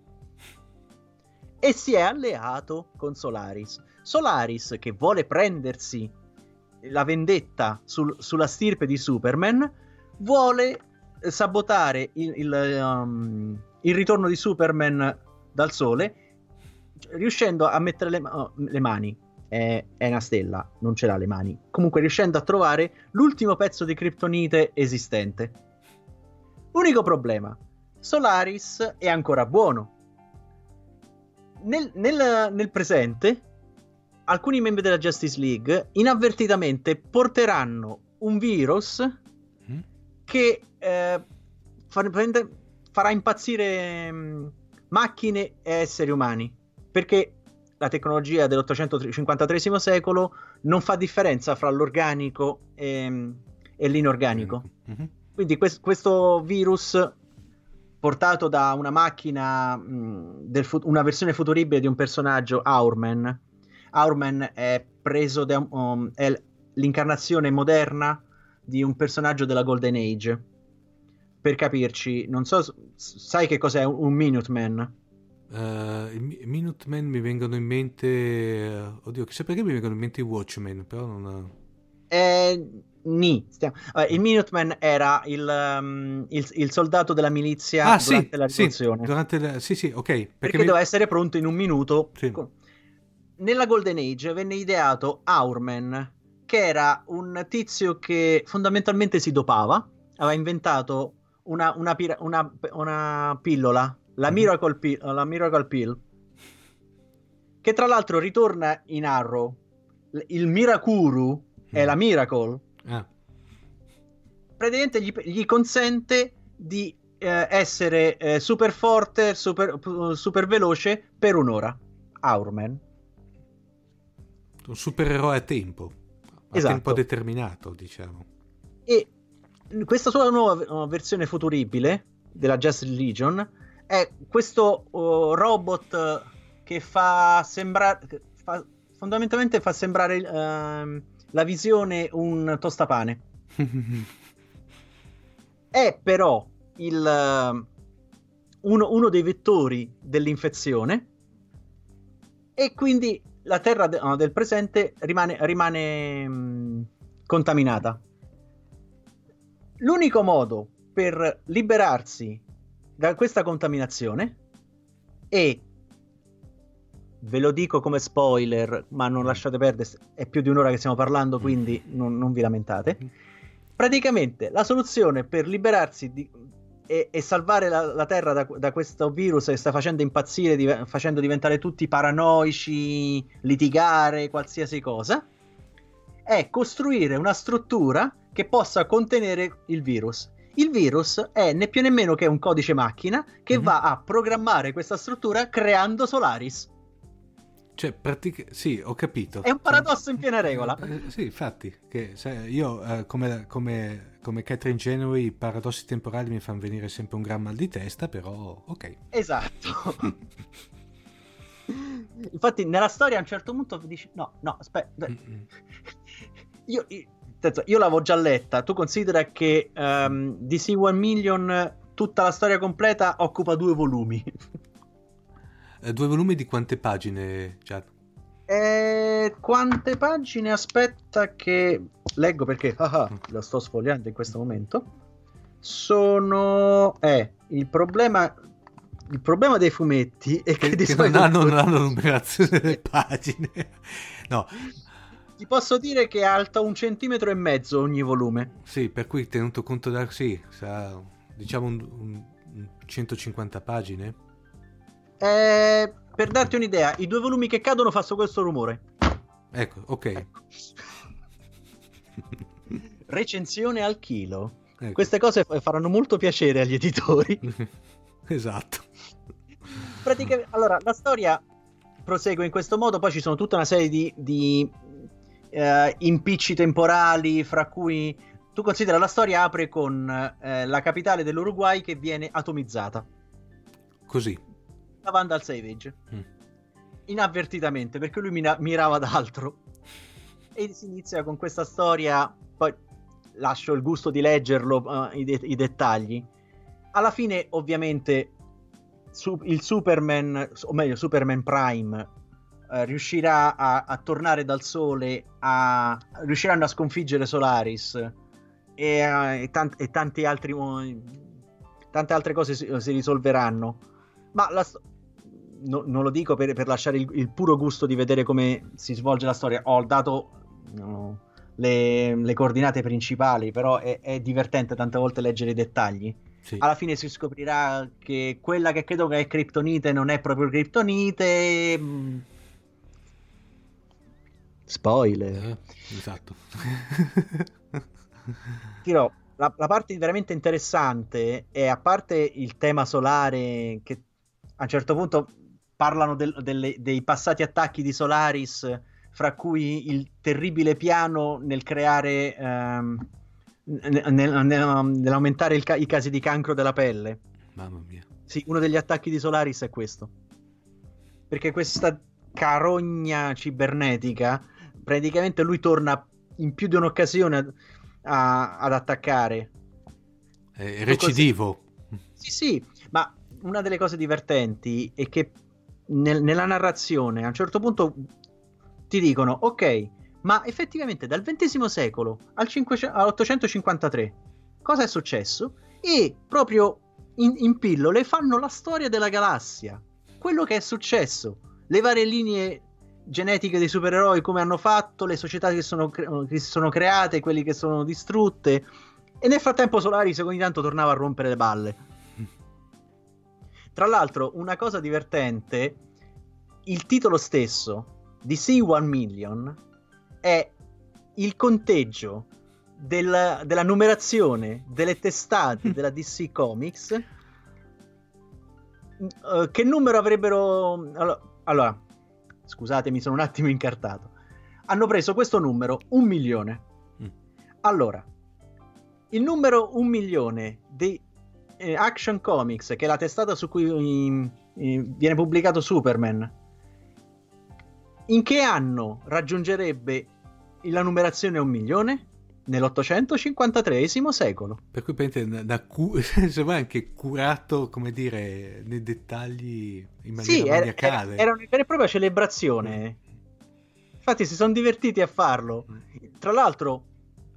e si è alleato con Solaris. Solaris, che vuole prendersi la vendetta sul, sulla stirpe di Superman, vuole sabotare il, il, um, il ritorno di Superman dal sole, riuscendo a mettere le, oh, le mani. È, è una stella, non ce l'ha le mani. Comunque riuscendo a trovare l'ultimo pezzo di Kryptonite esistente. Unico problema: Solaris è ancora buono. Nel, nel, nel presente alcuni membri della Justice League inavvertitamente porteranno un virus mm. che eh, farà impazzire mh, macchine e esseri umani, perché la tecnologia dell'ottocentocinquantatreesimo secolo non fa differenza fra l'organico e, e l'inorganico. Mm-hmm. Quindi quest- questo virus portato da una macchina, mh, del fu- una versione futuribile di un personaggio, Hourman. Hourman è preso da um, è l'incarnazione moderna di un personaggio della Golden Age. Per capirci, non so, sai che cos'è un Minuteman? Uh, i Minutemen mi vengono in mente, oddio, chissà perché mi vengono in mente i Watchmen, però non... Eh, ni. Stiamo... Allora, il Minuteman era il, um, il, il soldato della milizia ah, durante sì, la rivoluzione. Sì, durante la... sì, sì, ok. Perché, perché mi... doveva essere pronto in un minuto. Sì. Nella Golden Age venne ideato Hourman, che era un tizio che fondamentalmente si dopava, aveva inventato una, una, pira- una, una pillola, la Miracle, Pill, la Miracle Pill, che tra l'altro ritorna in Arrow. Il Mirakuru è la Miracle. Ah. Praticamente gli, gli consente di eh, essere eh, super forte, super, super veloce per un'ora. Hourman. Un supereroe a tempo, a esatto. tempo determinato, diciamo. E questa sua nuova versione futuribile della Justice Legion è questo uh, robot che fa sembrare, fa, fondamentalmente fa sembrare uh, la visione un tostapane. È però il, uh, uno, uno dei vettori dell'infezione e quindi la Terra de- no, del presente rimane, rimane mh, contaminata. L'unico modo per liberarsi da questa contaminazione è, ve lo dico come spoiler, ma non lasciate perdere, è più di un'ora che stiamo parlando, quindi non, non vi lamentate. Praticamente la soluzione per liberarsi di, e, e salvare la, la Terra da, da questo virus che sta facendo impazzire, di, facendo diventare tutti paranoici, litigare, qualsiasi cosa, è costruire una struttura che possa contenere il virus. Il virus è né più nemmeno che un codice macchina che mm-hmm. va a programmare questa struttura creando Solaris. Cioè, pratica... sì, ho capito. È un paradosso in piena regola. Eh, sì, infatti, che sai, io eh, come, come, come Catherine Genoway i paradossi temporali mi fanno venire sempre un gran mal di testa, però ok. Esatto. Infatti nella storia a un certo punto dici no, no, aspetta. Io, io, io l'avevo già letta, tu considera che um, D C One Million, tutta la storia completa, occupa due volumi. Eh, due volumi di quante pagine, Chad? Eh, quante pagine? Aspetta che leggo perché ah, ah, lo sto sfogliando in questo momento. Sono... Eh, il problema... Il problema dei fumetti è che, che, di che solito non hanno, non hanno numerazione delle pagine. No. Ti posso dire che è alta un centimetro e mezzo ogni volume. Sì, per cui tenuto conto da... Sì, sa, diciamo un, un, un centocinquanta pagine. Eh, per darti un'idea, i due volumi che cadono fanno questo rumore. Ecco, ok. Ecco. Recensione al chilo. Ecco. Queste cose faranno molto piacere agli editori. Esatto. Praticamente, allora, la storia prosegue in questo modo, poi ci sono tutta una serie di, di uh, impicci temporali, fra cui tu considera la storia apre con uh, la capitale dell'Uruguay che viene atomizzata. Così. La Vandal Savage. Mm. Inavvertitamente, perché lui mina- mirava ad altro. E si inizia con questa storia, poi lascio il gusto di leggerlo, uh, i, de- i dettagli. Alla fine, ovviamente, su- il Superman, o meglio, Superman Prime, uh, riuscirà a-, a tornare dal sole, a- riusciranno a sconfiggere Solaris e, uh, e, tant- e tanti altri, uh, tante altre cose si-, si risolveranno. Ma la sto- no, non lo dico per, per lasciare il-, il puro gusto di vedere come si svolge la storia. Ho dato no, le-, le coordinate principali, però è-, è divertente tante volte leggere i dettagli. Sì. Alla fine si scoprirà che quella che credo che è Kryptonite non è proprio Kryptonite. Spoiler. Eh, esatto. Dirò, la, la parte veramente interessante è, a parte il tema solare, che a un certo punto parlano del, delle, dei passati attacchi di Solaris, fra cui il terribile piano nel creare... Um, nell'aumentare il ca- i casi di cancro della pelle. Mamma mia. Sì, uno degli attacchi di Solaris è questo, perché questa carogna cibernetica praticamente lui torna in più di un'occasione a- ad attaccare. È recidivo. Sì, sì, ma una delle cose divertenti è che nel- nella narrazione a un certo punto ti dicono ok, ma effettivamente dal ventesimo secolo al cinquecento all'ottocentocinquantatré cosa è successo? E proprio in, in pillole fanno la storia della galassia, quello che è successo, le varie linee genetiche dei supereroi, come hanno fatto, le società che sono, cre- che si sono create, quelli che sono distrutte, e nel frattempo Solaris ogni tanto tornava a rompere le balle. Tra l'altro, una cosa divertente, il titolo stesso, D C One Million, è il conteggio del, della numerazione delle testate della D C Comics. Uh, che numero avrebbero... Allora, allora, scusate, mi sono un attimo incartato. Hanno preso questo numero, un milione. Mm. Allora, il numero un milione di eh, Action Comics, che è la testata su cui eh, eh, viene pubblicato Superman, in che anno raggiungerebbe la numerazione a un milione? Nell'ottocentocinquantreesimo secolo. Per cui da, da cu- se vuoi anche curato, come dire, nei dettagli in maniera sì, maniacale. Era, era una vera e propria celebrazione. Infatti si sono divertiti a farlo. Tra l'altro,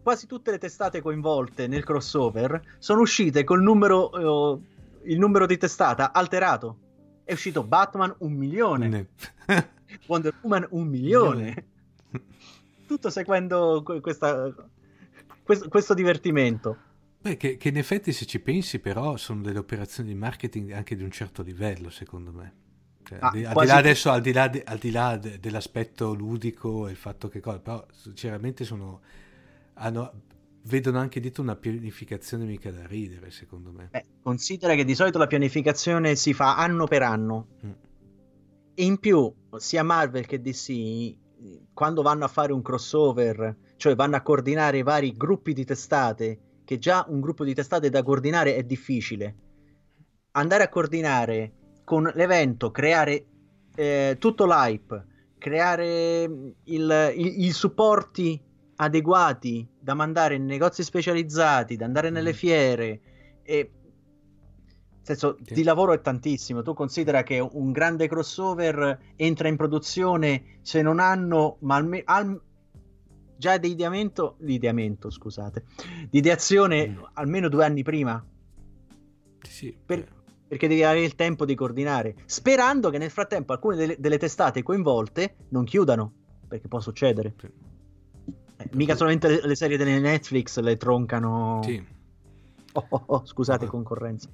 quasi tutte le testate coinvolte nel crossover sono uscite col numero, uh, il numero di testata alterato. È uscito Batman un milione, Wonder Woman un milione, tutto seguendo questa, questo, questo divertimento. Beh, che, che in effetti, se ci pensi, però sono delle operazioni di marketing anche di un certo livello, secondo me. Cioè, ah, al, di, al di là adesso, al di là, de, al di là de, dell'aspetto ludico e il fatto che cosa, però sinceramente sono hanno, vedono anche dietro una pianificazione mica da ridere, secondo me. Beh, considera che di solito la pianificazione si fa anno per anno. Mm. E in più, sia Marvel che D C, quando vanno a fare un crossover, cioè vanno a coordinare i vari gruppi di testate, che già un gruppo di testate da coordinare è difficile, andare a coordinare con l'evento, creare eh, tutto l'hype, creare il, il, i supporti adeguati da mandare in negozi specializzati, da andare nelle fiere, e nel senso, sì. Di lavoro è tantissimo. Tu considera che un grande crossover entra in produzione se non hanno, ma almeno al, già di ideamento, di ideamento, scusate, di ideazione mm. almeno due anni prima. Sì. Per, perché devi avere il tempo di coordinare, sperando che nel frattempo alcune delle, delle testate coinvolte non chiudano, perché può succedere. Sì. Eh, mica solamente le, le serie delle Netflix le troncano. Sì. Oh, oh, oh, scusate, oh. concorrenza.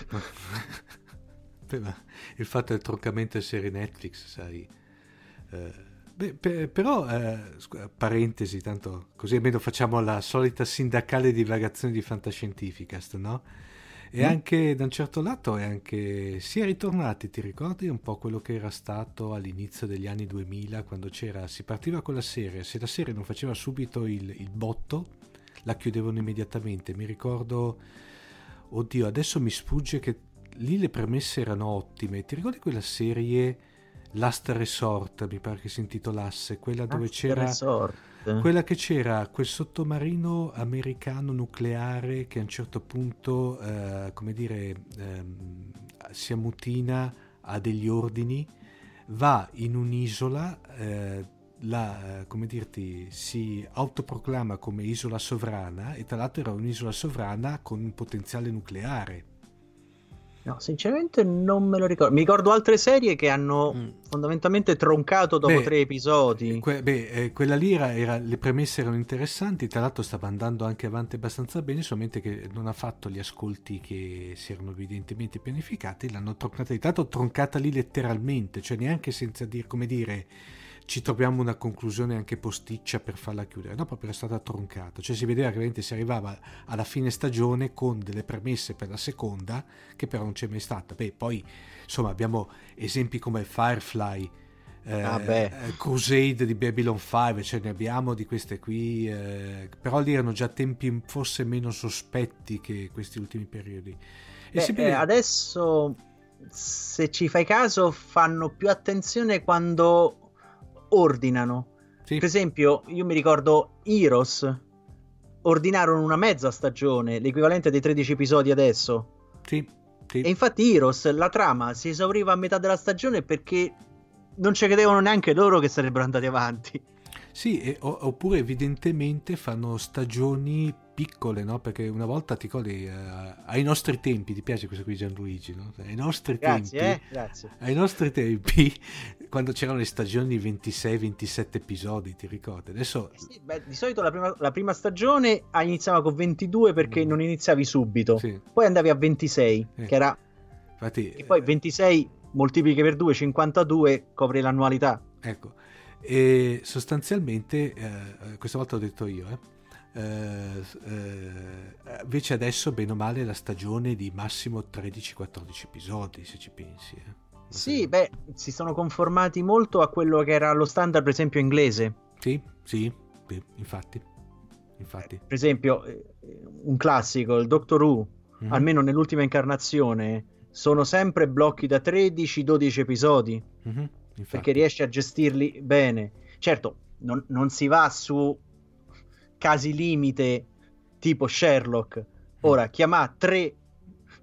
Il fatto del troncamento delle serie Netflix, sai. Eh, beh, per, però, eh, parentesi, tanto così almeno facciamo la solita sindacale divagazione di Fantascientificast, no? E mm. anche da un certo lato è anche si è ritornati, ti ricordi un po' quello che era stato all'inizio degli anni duemila, quando c'era, si partiva con la serie, se la serie non faceva subito il, il botto, la chiudevano immediatamente. Mi ricordo, oddio, adesso mi sfugge, che lì le premesse erano ottime. Ti ricordi quella serie Last Resort, mi pare che si intitolasse, quella dove Last c'era Resort. Quella che c'era quel sottomarino americano nucleare che a un certo punto eh, come dire ehm, si ammutina, ha degli ordini, va in un'isola, eh, la, come dirti, si autoproclama come isola sovrana, e tra l'altro era un'isola sovrana con un potenziale nucleare. No, sinceramente non me lo ricordo. Mi ricordo altre serie che hanno mm. fondamentalmente troncato dopo beh, tre episodi. Que- beh, eh, quella lì era, era, le premesse erano interessanti, tra l'altro stava andando anche avanti abbastanza bene, solamente che non ha fatto gli ascolti che si erano evidentemente pianificati, l'hanno troncata, tanto troncata lì letteralmente, cioè neanche senza dire, come dire, ci troviamo una conclusione anche posticcia per farla chiudere, no, proprio è stata troncata, cioè si vedeva che veramente si arrivava alla fine stagione con delle premesse per la seconda che però non c'è mai stata. Beh, poi insomma abbiamo esempi come Firefly, eh, ah beh. Crusade di Babylon cinque, cioè ne abbiamo di queste qui, eh, però lì erano già tempi forse meno sospetti che questi ultimi periodi. E beh, vede... eh, adesso, se ci fai caso, fanno più attenzione quando ordinano. Sì. Per esempio, io mi ricordo Heroes ordinarono una mezza stagione, l'equivalente dei tredici episodi adesso. Sì, sì. E infatti Heroes, la trama si esauriva a metà della stagione perché non ci credevano neanche loro che sarebbero andati avanti. Sì, e, oppure evidentemente fanno stagioni piccole, no? Perché una volta ti ricordi, eh, ai nostri tempi, ti piace questo qui Gianluigi, no? Ai nostri grazie, tempi, eh? Grazie. Ai nostri tempi, quando c'erano le stagioni di ventisei ventisette episodi, ti ricordi? Adesso... Eh sì, beh, di solito la prima, la prima stagione iniziava con ventidue perché mm. non iniziavi subito, sì. Poi andavi a ventisei, eh. che era... Infatti, e poi ventisei moltiplichi per due, cinquantadue, copri l'annualità. Ecco. E sostanzialmente eh, questa volta ho detto io eh, eh, eh, invece adesso bene o male la stagione di massimo tredici quattordici episodi, se ci pensi, eh. Sì, beh, si sono conformati molto a quello che era lo standard, per esempio, inglese. Sì, sì, beh, infatti infatti per esempio un classico, il Doctor Who, mm-hmm. almeno nell'ultima incarnazione sono sempre blocchi da tredici dodici episodi. Mm-hmm. Infatti. Perché riesce a gestirli bene. Certo, non, non si va su casi limite tipo Sherlock. Ora, chiamare tre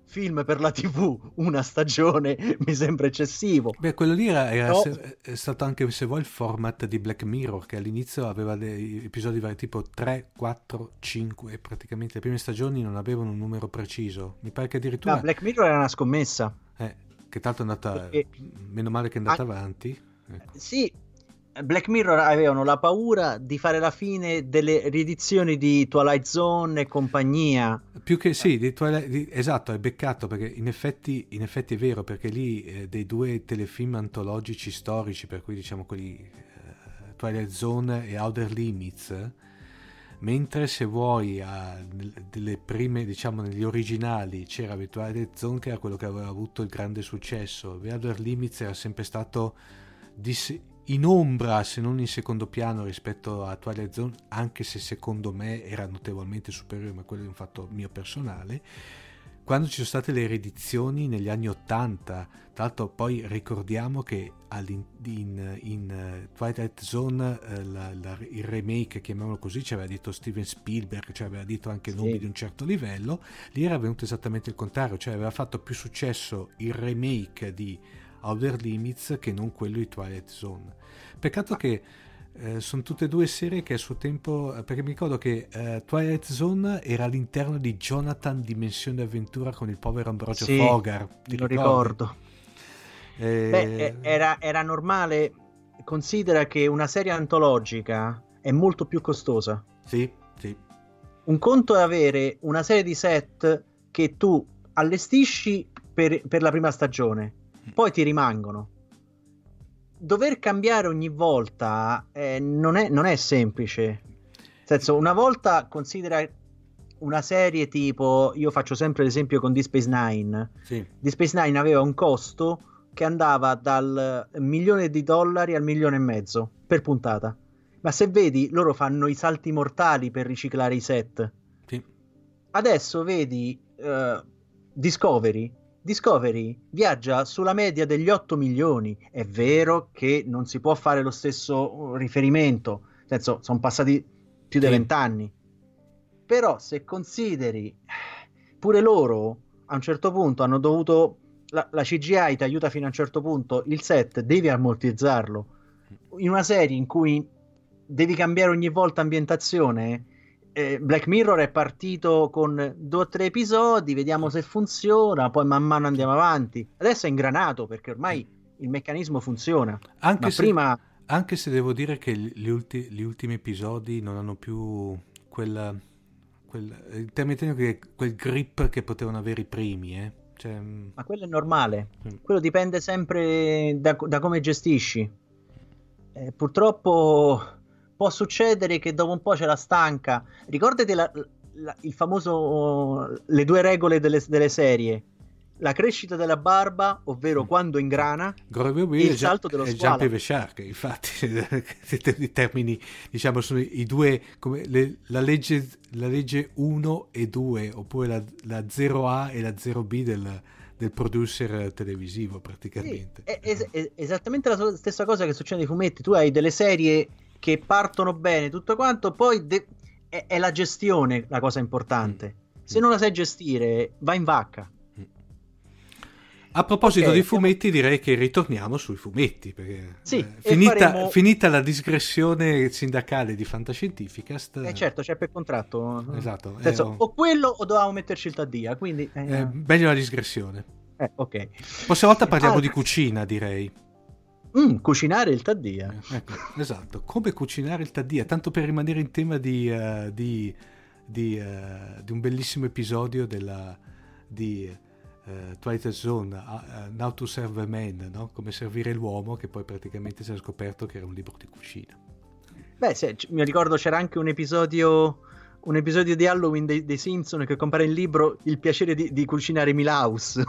film per la tivù, una stagione, mi sembra eccessivo. Beh, quello lì era, era No. se- è stato anche, se vuoi, il format di Black Mirror, che all'inizio aveva dei episodi vari, tipo tre, quattro, cinque, e praticamente le prime stagioni non avevano un numero preciso. Mi pare che addirittura... Ah, Black Mirror era una scommessa. eh, che tanto è andata... Perché- Meno male che è andata Ah, avanti. Ecco. Sì, Black Mirror avevano la paura di fare la fine delle riedizioni di Twilight Zone e compagnia. Più che sì, di Twilight- di- esatto, è beccato, perché in effetti, in effetti è vero, perché lì eh, dei due telefilm antologici storici, per cui diciamo quelli eh, Twilight Zone e Outer Limits, eh, mentre se vuoi a, nel- delle prime, diciamo negli originali c'era Twilight Zone che era quello che aveva avuto il grande successo, Outer Limits era sempre stato dis- in ombra, se non in secondo piano rispetto a Twilight Zone, anche se secondo me era notevolmente superiore, ma quello è un fatto mio personale. Quando ci sono state le riedizioni negli anni ottanta, tra l'altro poi ricordiamo che all'in- in, in eh, Twilight Zone eh, la- la- il remake, chiamiamolo così, ci aveva detto Steven Spielberg, ci aveva detto anche Sì. nomi di un certo livello. Lì era venuto esattamente il contrario, cioè aveva fatto più successo il remake di Outer Limits che non quello di Twilight Zone. Peccato che eh, sono tutte e due serie che a suo tempo, eh, perché mi ricordo che eh, Twilight Zone era all'interno di Jonathan Dimensione Avventura con il povero Ambrogio Sì, Fogar, ti lo ricordi? ricordo. Eh, Beh, eh, era, era normale. Considera che una serie antologica è molto più costosa. sì, sì, Un conto è avere una serie di set che tu allestisci per, per la prima stagione, poi ti rimangono. Dover cambiare ogni volta eh, non è, non è semplice. Nel senso, una volta considera una serie tipo, io faccio sempre l'esempio con Deep Space Nine. sì. Deep Space Nine aveva un costo che andava dal milione di dollari al milione e mezzo per puntata. Ma se vedi, loro fanno i salti mortali per riciclare i set. Sì. Adesso vedi eh, Discovery. Discovery viaggia sulla media degli otto milioni. È vero che non si può fare lo stesso riferimento, nel senso, sono passati più di Sì. vent'anni. Però se consideri, pure loro a un certo punto hanno dovuto, la, la C G I ti aiuta fino a un certo punto, il set devi ammortizzarlo. In una serie in cui devi cambiare ogni volta ambientazione, eh, Black Mirror è partito con due o tre episodi, vediamo se funziona, poi man mano andiamo avanti. Adesso è ingranato perché ormai il meccanismo funziona. Anche Ma se, prima anche se devo dire che gli, ulti- gli ultimi episodi non hanno più quel, quel, in termini tecnici, quel grip che potevano avere i primi, eh. Cioè, mm, Ma quello è normale, Mm. quello dipende sempre da, da come gestisci. Eh, purtroppo può succedere che dopo un po' ce la stanca. Ricordati la- la- il famoso, le due regole delle, delle serie: la crescita della barba, ovvero Mm. quando ingrana, Grover e Will il è già- salto dello è squalo. Jumpy the Shark, infatti, i termini, diciamo, sono i due, come le- la legge la legge uno e due, oppure la, la zero A e la zero B del, del producer televisivo, Sì, praticamente. è, es- è esattamente la so- stessa cosa che succede nei fumetti. Tu hai delle serie che partono bene, tutto quanto, poi de- è, è la gestione la cosa importante. Se non la sai gestire, va in vacca. A proposito Ok, di siamo- fumetti, direi che ritorniamo sui fumetti, perché Sì, eh, e finita, faremo- finita la digressione sindacale di Fantascientificast, Eh certo, c'è per contratto. esatto, Nel senso, eh, oh. o quello o dovevamo metterci il Taddia, quindi eh, eh, meglio la digressione. eh, ok. La prossima volta parliamo Ah, di cucina, direi. mm, cucinare il Taddia. Eh, ecco, esatto, come cucinare il Taddia, tanto per rimanere in tema di, eh, di, di, eh, di un bellissimo episodio della, di eh, Twilight Zone, uh, How to Serve a Man, no? Come servire l'uomo, che poi praticamente si è scoperto che era un libro di cucina. Beh, se- c- mi ricordo c'era anche un episodio un episodio di Halloween dei, dei Simpson che compare il libro Il piacere di, di cucinare Milhouse.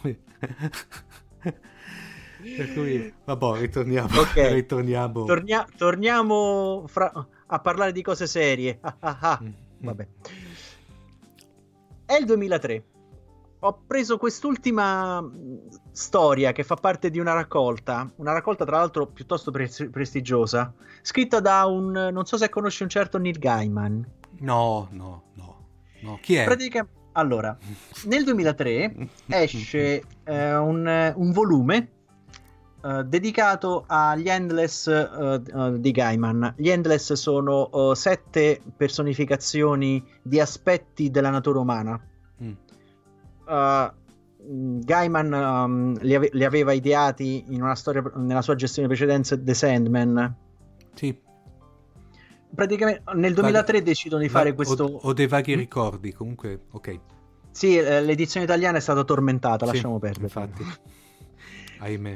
Per cui, vabbè, ritorniamo, Ok. ritorniamo. Tornia- torniamo fra- a parlare di cose serie. Ah, ah, ah. Mm, mm. Vabbè. È il duemilatré. Ho preso quest'ultima mh, storia che fa parte di una raccolta, una raccolta tra l'altro piuttosto pres- prestigiosa, scritta da un, non so se conosci un certo Neil Gaiman. No, no, no, no. Chi è? Pratica- Allora, nel duemilatré esce eh, un, un volume uh, dedicato agli Endless uh, uh, di Gaiman. Gli Endless sono uh, sette personificazioni di aspetti della natura umana. Mm. Uh, Gaiman um, li, ave- li aveva ideati in una storia nella sua gestione precedente, The Sandman. Sì. Praticamente nel duemilatré Vag- decidono di fare va- questo. Ho, ho dei vaghi ricordi, comunque, ok. Sì, eh, l'edizione italiana è stata tormentata, sì, lasciamo perdere. Infatti, ahimè.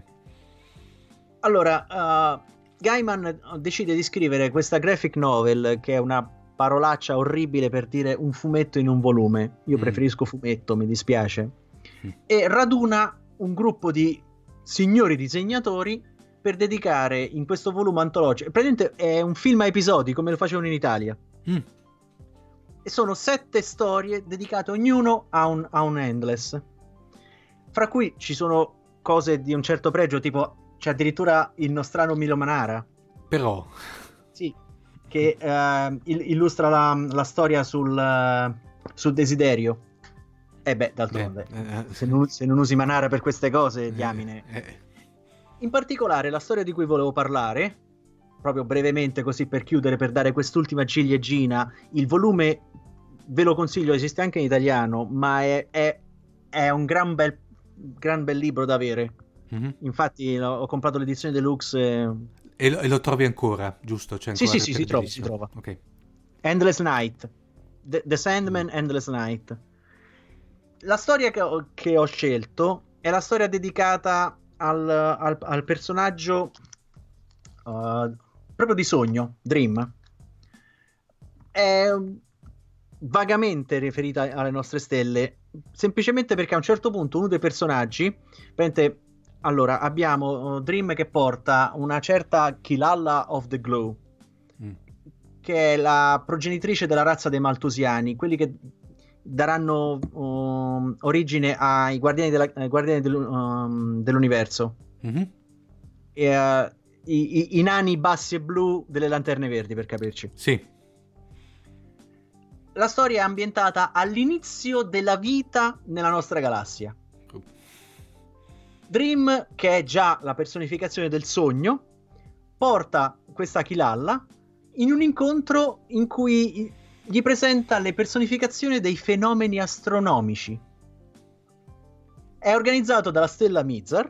Allora, uh, Gaiman decide di scrivere questa graphic novel, che è una parolaccia orribile per dire un fumetto in un volume. Io mm. preferisco fumetto, mi dispiace. Mm. E raduna un gruppo di signori disegnatori per dedicare in questo volume antologico. Praticamente è un film a episodi, come lo facevano in Italia. Mm. E sono sette storie dedicate ognuno a un, a un Endless. Fra cui ci sono cose di un certo pregio, tipo c'è addirittura il nostrano Milo Manara. Però. Sì, che uh, illustra la, la storia sul, uh, sul desiderio. E eh beh, d'altronde, beh, eh, se, non, se non usi Manara per queste cose, diamine. Eh, eh. In particolare, la storia di cui volevo parlare, proprio brevemente così per chiudere, per dare quest'ultima ciliegina, il volume, ve lo consiglio, esiste anche in italiano, ma è, è, è un gran bel, gran bel libro da avere. Mm-hmm. Infatti ho, ho comprato l'edizione deluxe. E... E, lo, e lo trovi ancora, giusto? C'è ancora sì, sì, sì, si trova, si trova. Okay. Endless Night. The, The Sandman, mm. Endless Night. La storia che ho, che ho scelto è la storia dedicata al, al, al personaggio uh, proprio di sogno, Dream. È vagamente riferita alle nostre stelle, semplicemente perché a un certo punto uno dei personaggi, prende, allora abbiamo Dream che porta una certa Kilala of the Glow, mm. che è la progenitrice della razza dei Maltusiani, quelli che daranno um, origine ai guardiani, della, ai guardiani del, um, dell'universo. Mm-hmm. E, uh, i, i, i nani bassi e blu delle lanterne verdi, per capirci. Sì. La storia è ambientata all'inizio della vita nella nostra galassia. Dream, che è già la personificazione del sogno, porta questa Kilalla in un incontro in cui gli presenta le personificazioni dei fenomeni astronomici. È organizzato dalla stella Mizar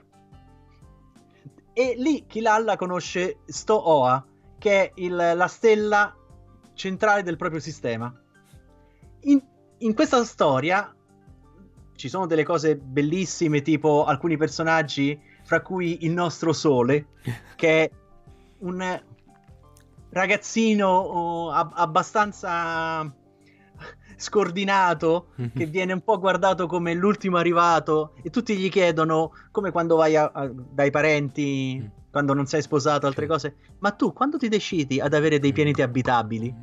e lì Kilalla conosce Sto-Oa, che è il, la stella centrale del proprio sistema. In, in questa storia ci sono delle cose bellissime, tipo alcuni personaggi, fra cui il nostro Sole, che è un ragazzino oh, ab- abbastanza scordinato, mm-hmm. che viene un po' guardato come l'ultimo arrivato, e tutti gli chiedono, come quando vai a, a, dai parenti, mm. quando non sei sposato, altre cose, ma tu quando ti decidi ad avere dei pianeti abitabili?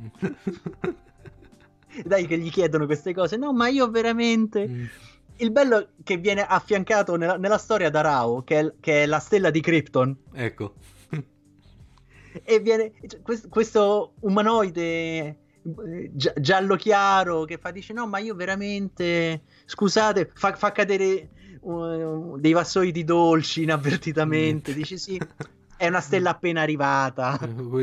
Dai, che gli chiedono queste cose. No, ma io veramente... Mm. Il bello è che viene affiancato nella, nella storia da Rao, che è, che è la stella di Krypton. Ecco. E viene questo, questo umanoide gi- giallo chiaro che fa, dice no, ma io veramente... Scusate, fa, fa cadere uh, dei vassoi di dolci inavvertitamente. Mm. Dice sì, è una stella appena arrivata.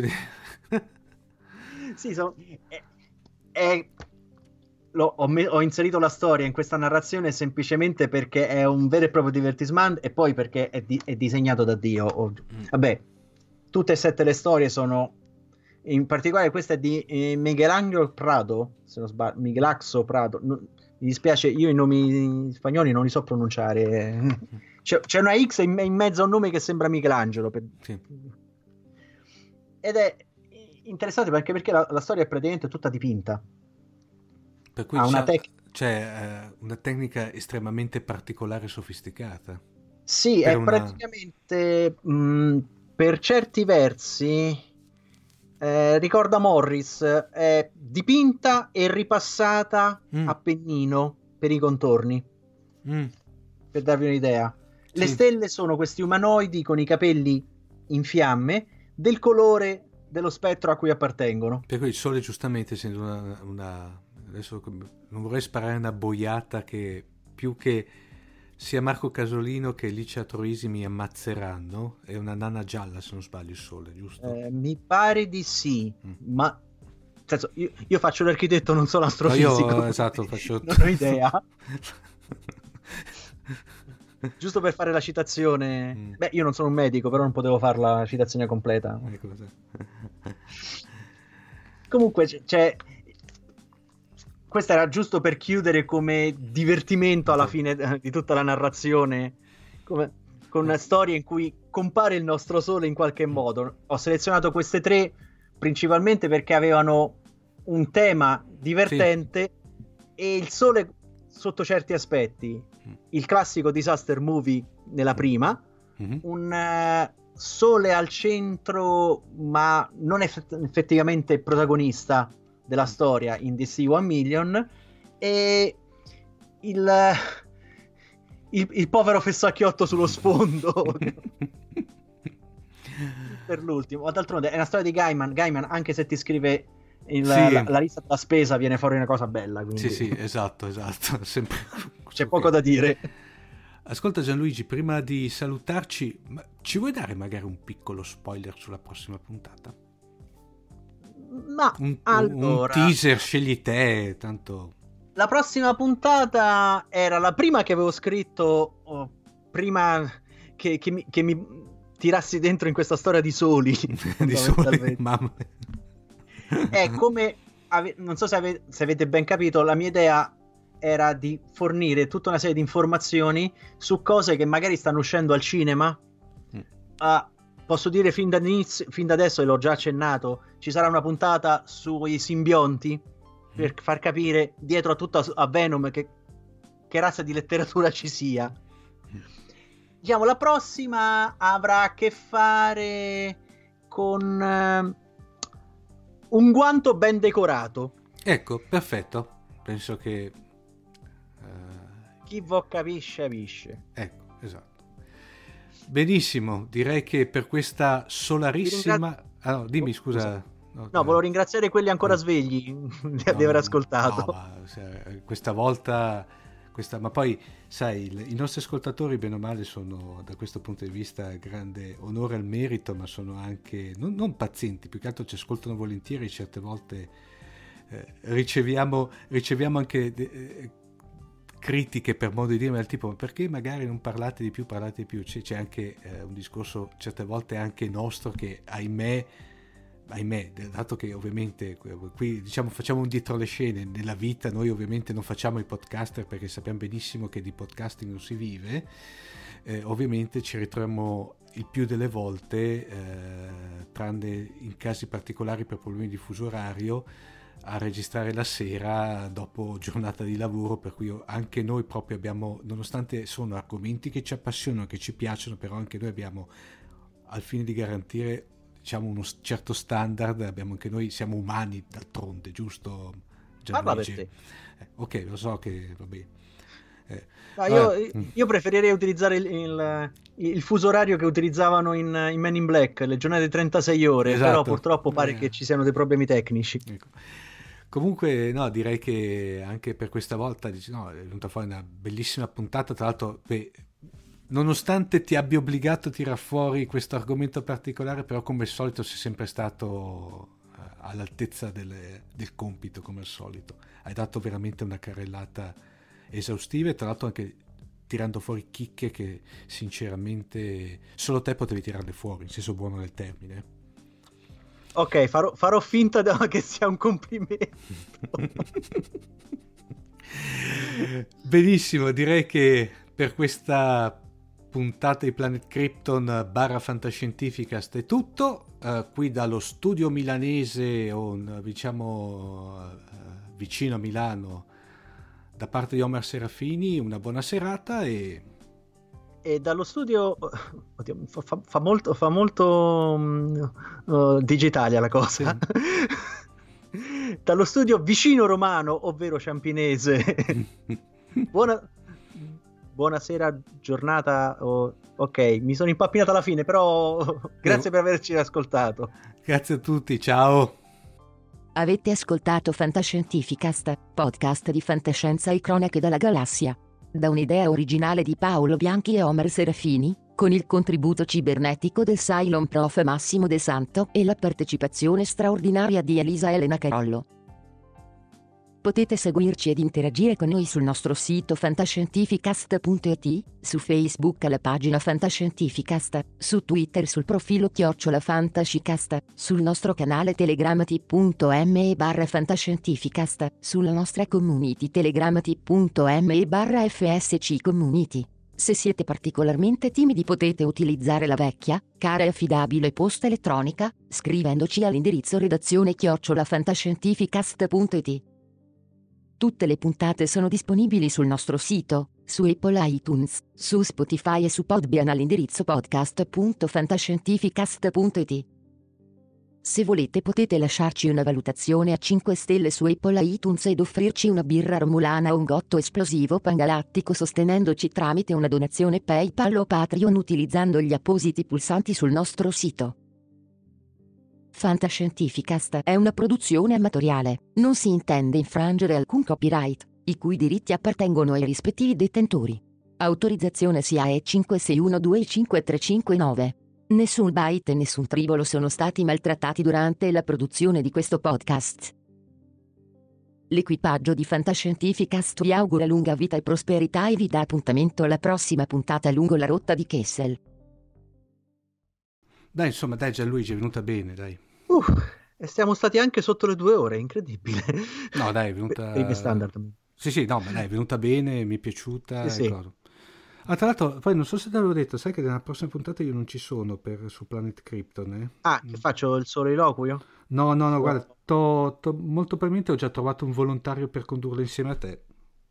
Sì, so, è... è Lo, ho, me- ho inserito la storia in questa narrazione semplicemente perché è un vero e proprio divertissement, e poi perché è, di- è disegnato da Dio. Oh, mm. Vabbè, tutte e sette le storie sono, in particolare questa è di eh, Miguelangelo Prado, se non sbaglio, Miguelaxo Prado. No, mi dispiace, io i nomi spagnoli non li so pronunciare. C'è, c'è una X in, in mezzo a un nome che sembra Michelangelo. Per... Sì. Ed è interessante perché, perché la, la storia è praticamente tutta dipinta. Per cui c'è una, tec- c'è, uh, una tecnica estremamente particolare e sofisticata. Sì, è una... praticamente mh, per certi versi eh, ricorda Morris, è dipinta e ripassata mm. a pennino per i contorni, mm. per darvi un'idea. Le sì. stelle sono questi umanoidi con i capelli in fiamme del colore dello spettro a cui appartengono. Per cui il Sole, giustamente, essendo una... una... adesso non vorrei sparare una boiata che più che sia Marco Casolino che Licia Troisi mi ammazzeranno. È una nana gialla, se non sbaglio, il sole, giusto? Eh, mi pare di sì, mm. ma nel senso, io, io faccio l'architetto, non so l'astrofisico. No, io, esatto, faccio... non ho idea. Giusto per fare la citazione, mm. beh, io non sono un medico, però non potevo fare la citazione completa. Ecco, Comunque, c'è, questo era giusto per chiudere come divertimento alla fine di tutta la narrazione, come, con una storia in cui compare il nostro sole in qualche modo. Ho selezionato queste tre principalmente perché avevano un tema divertente, sì. E il sole sotto certi aspetti, il classico disaster movie nella prima, mm-hmm. un uh, sole al centro ma non eff- effettivamente protagonista della storia in D C One Million, e il, il, il povero fessacchiotto sullo sfondo per l'ultimo. Ma d'altronde è una storia di Gaiman, Gaiman anche se ti scrive il, sì. la, la lista della spesa viene fuori una cosa bella, quindi... sì sì esatto esatto sempre... c'è poco okay. da dire. Ascolta Gianluigi, prima di salutarci, ma ci vuoi dare magari un piccolo spoiler sulla prossima puntata? Ma un, allora, un teaser, scegli te, tanto. La prossima puntata era la prima che avevo scritto oh, prima che, che, mi, che mi tirassi dentro in questa storia di soli. Di soli, mamma. È come, ave, non so se, ave, se avete ben capito, la mia idea era di fornire tutta una serie di informazioni su cose che magari stanno uscendo al cinema. Mm. Uh, posso dire fin da, fin da adesso, e l'ho già accennato, ci sarà una puntata sui simbionti mm. per far capire dietro a tutta a Venom che, che razza di letteratura ci sia. Mm. Diciamo, la prossima avrà a che fare con uh, un guanto ben decorato. Ecco, perfetto. Penso che chi vo capisce capisce. Ecco, esatto. Benissimo, direi che per questa solarissima ringra... ah, no, dimmi scusa. No, no, volevo ringraziare quelli ancora svegli no, di aver ascoltato. No, ma, questa volta questa... ma poi sai, i nostri ascoltatori bene o male sono da questo punto di vista grande onore al merito, ma sono anche non, non pazienti, più che altro ci ascoltano volentieri. Certe volte eh, riceviamo riceviamo anche de, critiche, per modo di dire, del tipo: ma perché magari non parlate di più, parlate di più. C'è, c'è anche eh, un discorso certe volte anche nostro che ahimè ahimè dato che ovviamente qui diciamo facciamo un dietro le scene nella vita, noi ovviamente non facciamo i podcaster perché sappiamo benissimo che di podcasting non si vive, eh, ovviamente ci ritroviamo il più delle volte eh, tranne in casi particolari per problemi di fuso orario a registrare la sera dopo giornata di lavoro, per cui anche noi proprio abbiamo, nonostante sono argomenti che ci appassionano, che ci piacciono, però anche noi abbiamo, al fine di garantire diciamo uno certo standard, abbiamo anche noi, siamo umani d'altronde, giusto Gianluigi? Eh, ok, lo so che va bene. Eh, no, io, io preferirei utilizzare il, il, il fuso orario che utilizzavano in, in Men in Black, le giornate di trentasei ore, esatto. Però purtroppo pare eh. che ci siano dei problemi tecnici. Ecco. Comunque no, direi che anche per questa volta no, è venuta fuori una bellissima puntata, tra l'altro beh, nonostante ti abbia obbligato a tirar fuori questo argomento particolare, però come al solito sei sempre stato all'altezza del, del compito, come al solito hai dato veramente una carrellata esaustiva e tra l'altro anche tirando fuori chicche che sinceramente solo te potevi tirarle fuori, in senso buono del termine. Ok, farò, farò finta che sia un complimento. Benissimo, direi che per questa puntata di Planet Krypton barra Fantascientificast è tutto. Uh, qui dallo studio milanese o diciamo uh, vicino a Milano da parte di Omar Serafini, una buona serata e... E dallo studio oddio, fa, fa molto fa molto um, uh, digitalia la cosa. Sì. Dallo studio vicino Romano, ovvero Ciampinese. Buona buonasera, giornata. Oh, ok, mi sono impappinato alla fine, però grazie no. per averci ascoltato. Grazie a tutti, ciao. Avete ascoltato Fantascientificast, podcast di fantascienza e cronache dalla galassia. Da un'idea originale di Paolo Bianchi e Omer Serafini, con il contributo cibernetico del Cylon Prof Massimo De Santo e la partecipazione straordinaria di Elisa Elena Carollo. Potete seguirci ed interagire con noi sul nostro sito fantascientificast punto it, su Facebook alla pagina Fantascientificast, su Twitter sul profilo chiocciola Fantascicast, sul nostro canale telegramati.me barra Fantascientificast, sulla nostra community telegramati.me barra fsc community. Se siete particolarmente timidi potete utilizzare la vecchia, cara e affidabile posta elettronica, scrivendoci all'indirizzo redazione chiocciola fantascientificast punto it. Tutte le puntate sono disponibili sul nostro sito, su Apple iTunes, su Spotify e su Podbean all'indirizzo podcast punto fantascientificast punto it. Se volete potete lasciarci una valutazione a cinque stelle su Apple iTunes ed offrirci una birra romulana o un gotto esplosivo pangalattico sostenendoci tramite una donazione PayPal o Patreon utilizzando gli appositi pulsanti sul nostro sito. Fantascientificast è una produzione amatoriale, non si intende infrangere alcun copyright, i cui diritti appartengono ai rispettivi detentori. Autorizzazione S I A E cinque sei uno due cinque tre cinque nove. Nessun byte e nessun tribolo sono stati maltrattati durante la produzione di questo podcast. L'equipaggio di Fantascientificast vi augura lunga vita e prosperità e vi dà appuntamento alla prossima puntata lungo la rotta di Kessel. Dai, insomma, dai Gianluigi, è venuta bene, dai. Uh, e siamo stati anche sotto le due ore, incredibile. No, dai, è venuta... Per i miei standard. Sì, sì, no, ma dai, è venuta bene, mi è piaciuta. Sì, sì. Ah, tra l'altro, poi non so se te l'avevo detto, sai che nella prossima puntata io non ci sono per, su Planet Krypton, eh? Ah, che faccio il soliloquio? No, no, no, oh. guarda, t'ho, t'ho, molto probabilmente ho già trovato un volontario per condurlo insieme a te.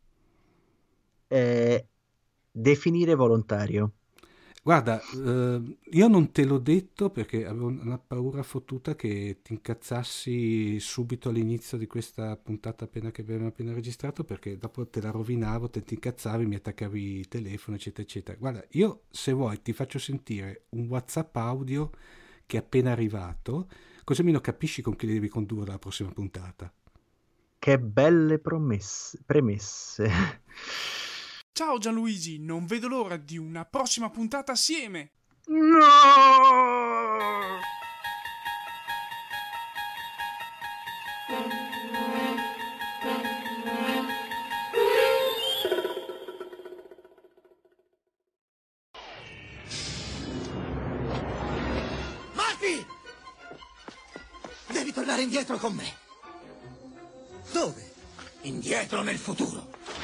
Eh, definire volontario. Guarda, eh, io non te l'ho detto perché avevo una paura fottuta che ti incazzassi subito all'inizio di questa puntata appena che abbiamo appena registrato, perché dopo te la rovinavo, te ti incazzavi, mi attaccavi il telefono, eccetera, eccetera. Guarda, io se vuoi ti faccio sentire un WhatsApp audio che è appena arrivato, così almeno capisci con chi li devi condurre la prossima puntata. Che belle promesse, premesse. Ciao Gianluigi, non vedo l'ora di una prossima puntata assieme! No! Marty! Devi tornare indietro con me. Dove? Indietro nel futuro.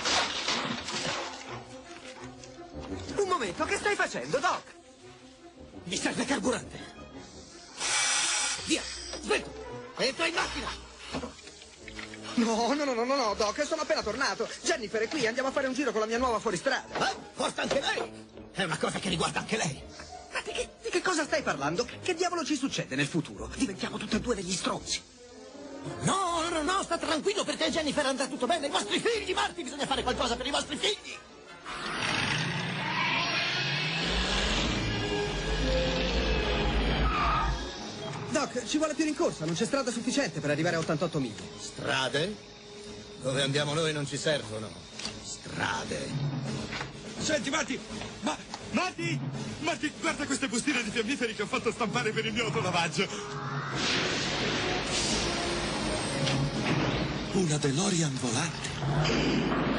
Un momento, che stai facendo, Doc? Mi serve carburante. Via, svelto, entra in macchina. No, no, no, no, no, no, Doc, sono appena tornato. Jennifer è qui, andiamo a fare un giro con la mia nuova fuoristrada. Eh, forse anche lei? È una cosa che riguarda anche lei. Ma di che, di che cosa stai parlando? Che diavolo ci succede nel futuro? Diventiamo tutti e due degli stronzi. No, no, no, sta tranquillo perché Jennifer andrà tutto bene. I vostri figli, Marty, bisogna fare qualcosa per i vostri figli. Doc, ci vuole più rincorsa, non c'è strada sufficiente per arrivare a ottantotto miglia. Strade? Dove andiamo noi non ci servono strade. Senti, Marty! Ma... Marty! Marty, guarda queste bustine di fiammiferi che ho fatto stampare per il mio autolavaggio. Una DeLorean volante.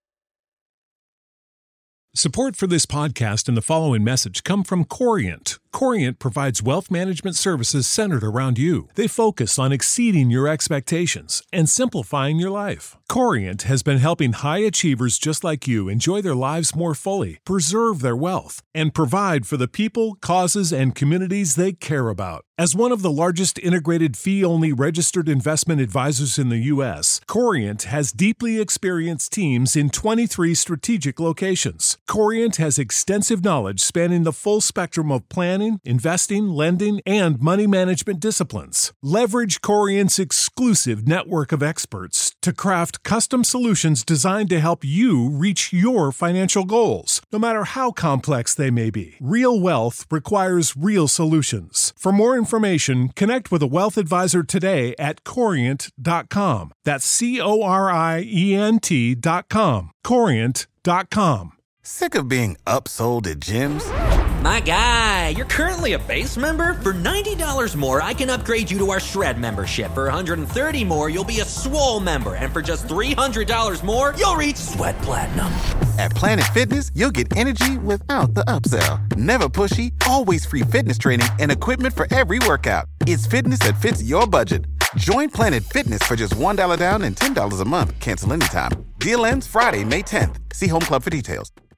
Support for this podcast and the following message come from Corient. Corient provides wealth management services centered around you. They focus on exceeding your expectations and simplifying your life. Corient has been helping high achievers just like you enjoy their lives more fully, preserve their wealth, and provide for the people, causes, and communities they care about. As one of the largest integrated fee-only registered investment advisors in the U S, Corient has deeply experienced teams in twenty-three strategic locations. Corient has extensive knowledge spanning the full spectrum of planning, investing, lending, and money management disciplines. Leverage Corient's exclusive network of experts to craft custom solutions designed to help you reach your financial goals, no matter how complex they may be. Real wealth requires real solutions. For more information, connect with a wealth advisor today at corient dot com. That's C O R I E N T dot com. corient dot com. Sick of being upsold at gyms? My guy, you're currently a base member? For ninety dollars more, I can upgrade you to our Shred membership. For one hundred thirty dollars more, you'll be a Swole member. And for just three hundred dollars more, you'll reach Sweat Platinum. At Planet Fitness, you'll get energy without the upsell. Never pushy, always free fitness training and equipment for every workout. It's fitness that fits your budget. Join Planet Fitness for just one dollar down and ten dollars a month. Cancel anytime. Deal ends Friday, May tenth. See Home Club for details.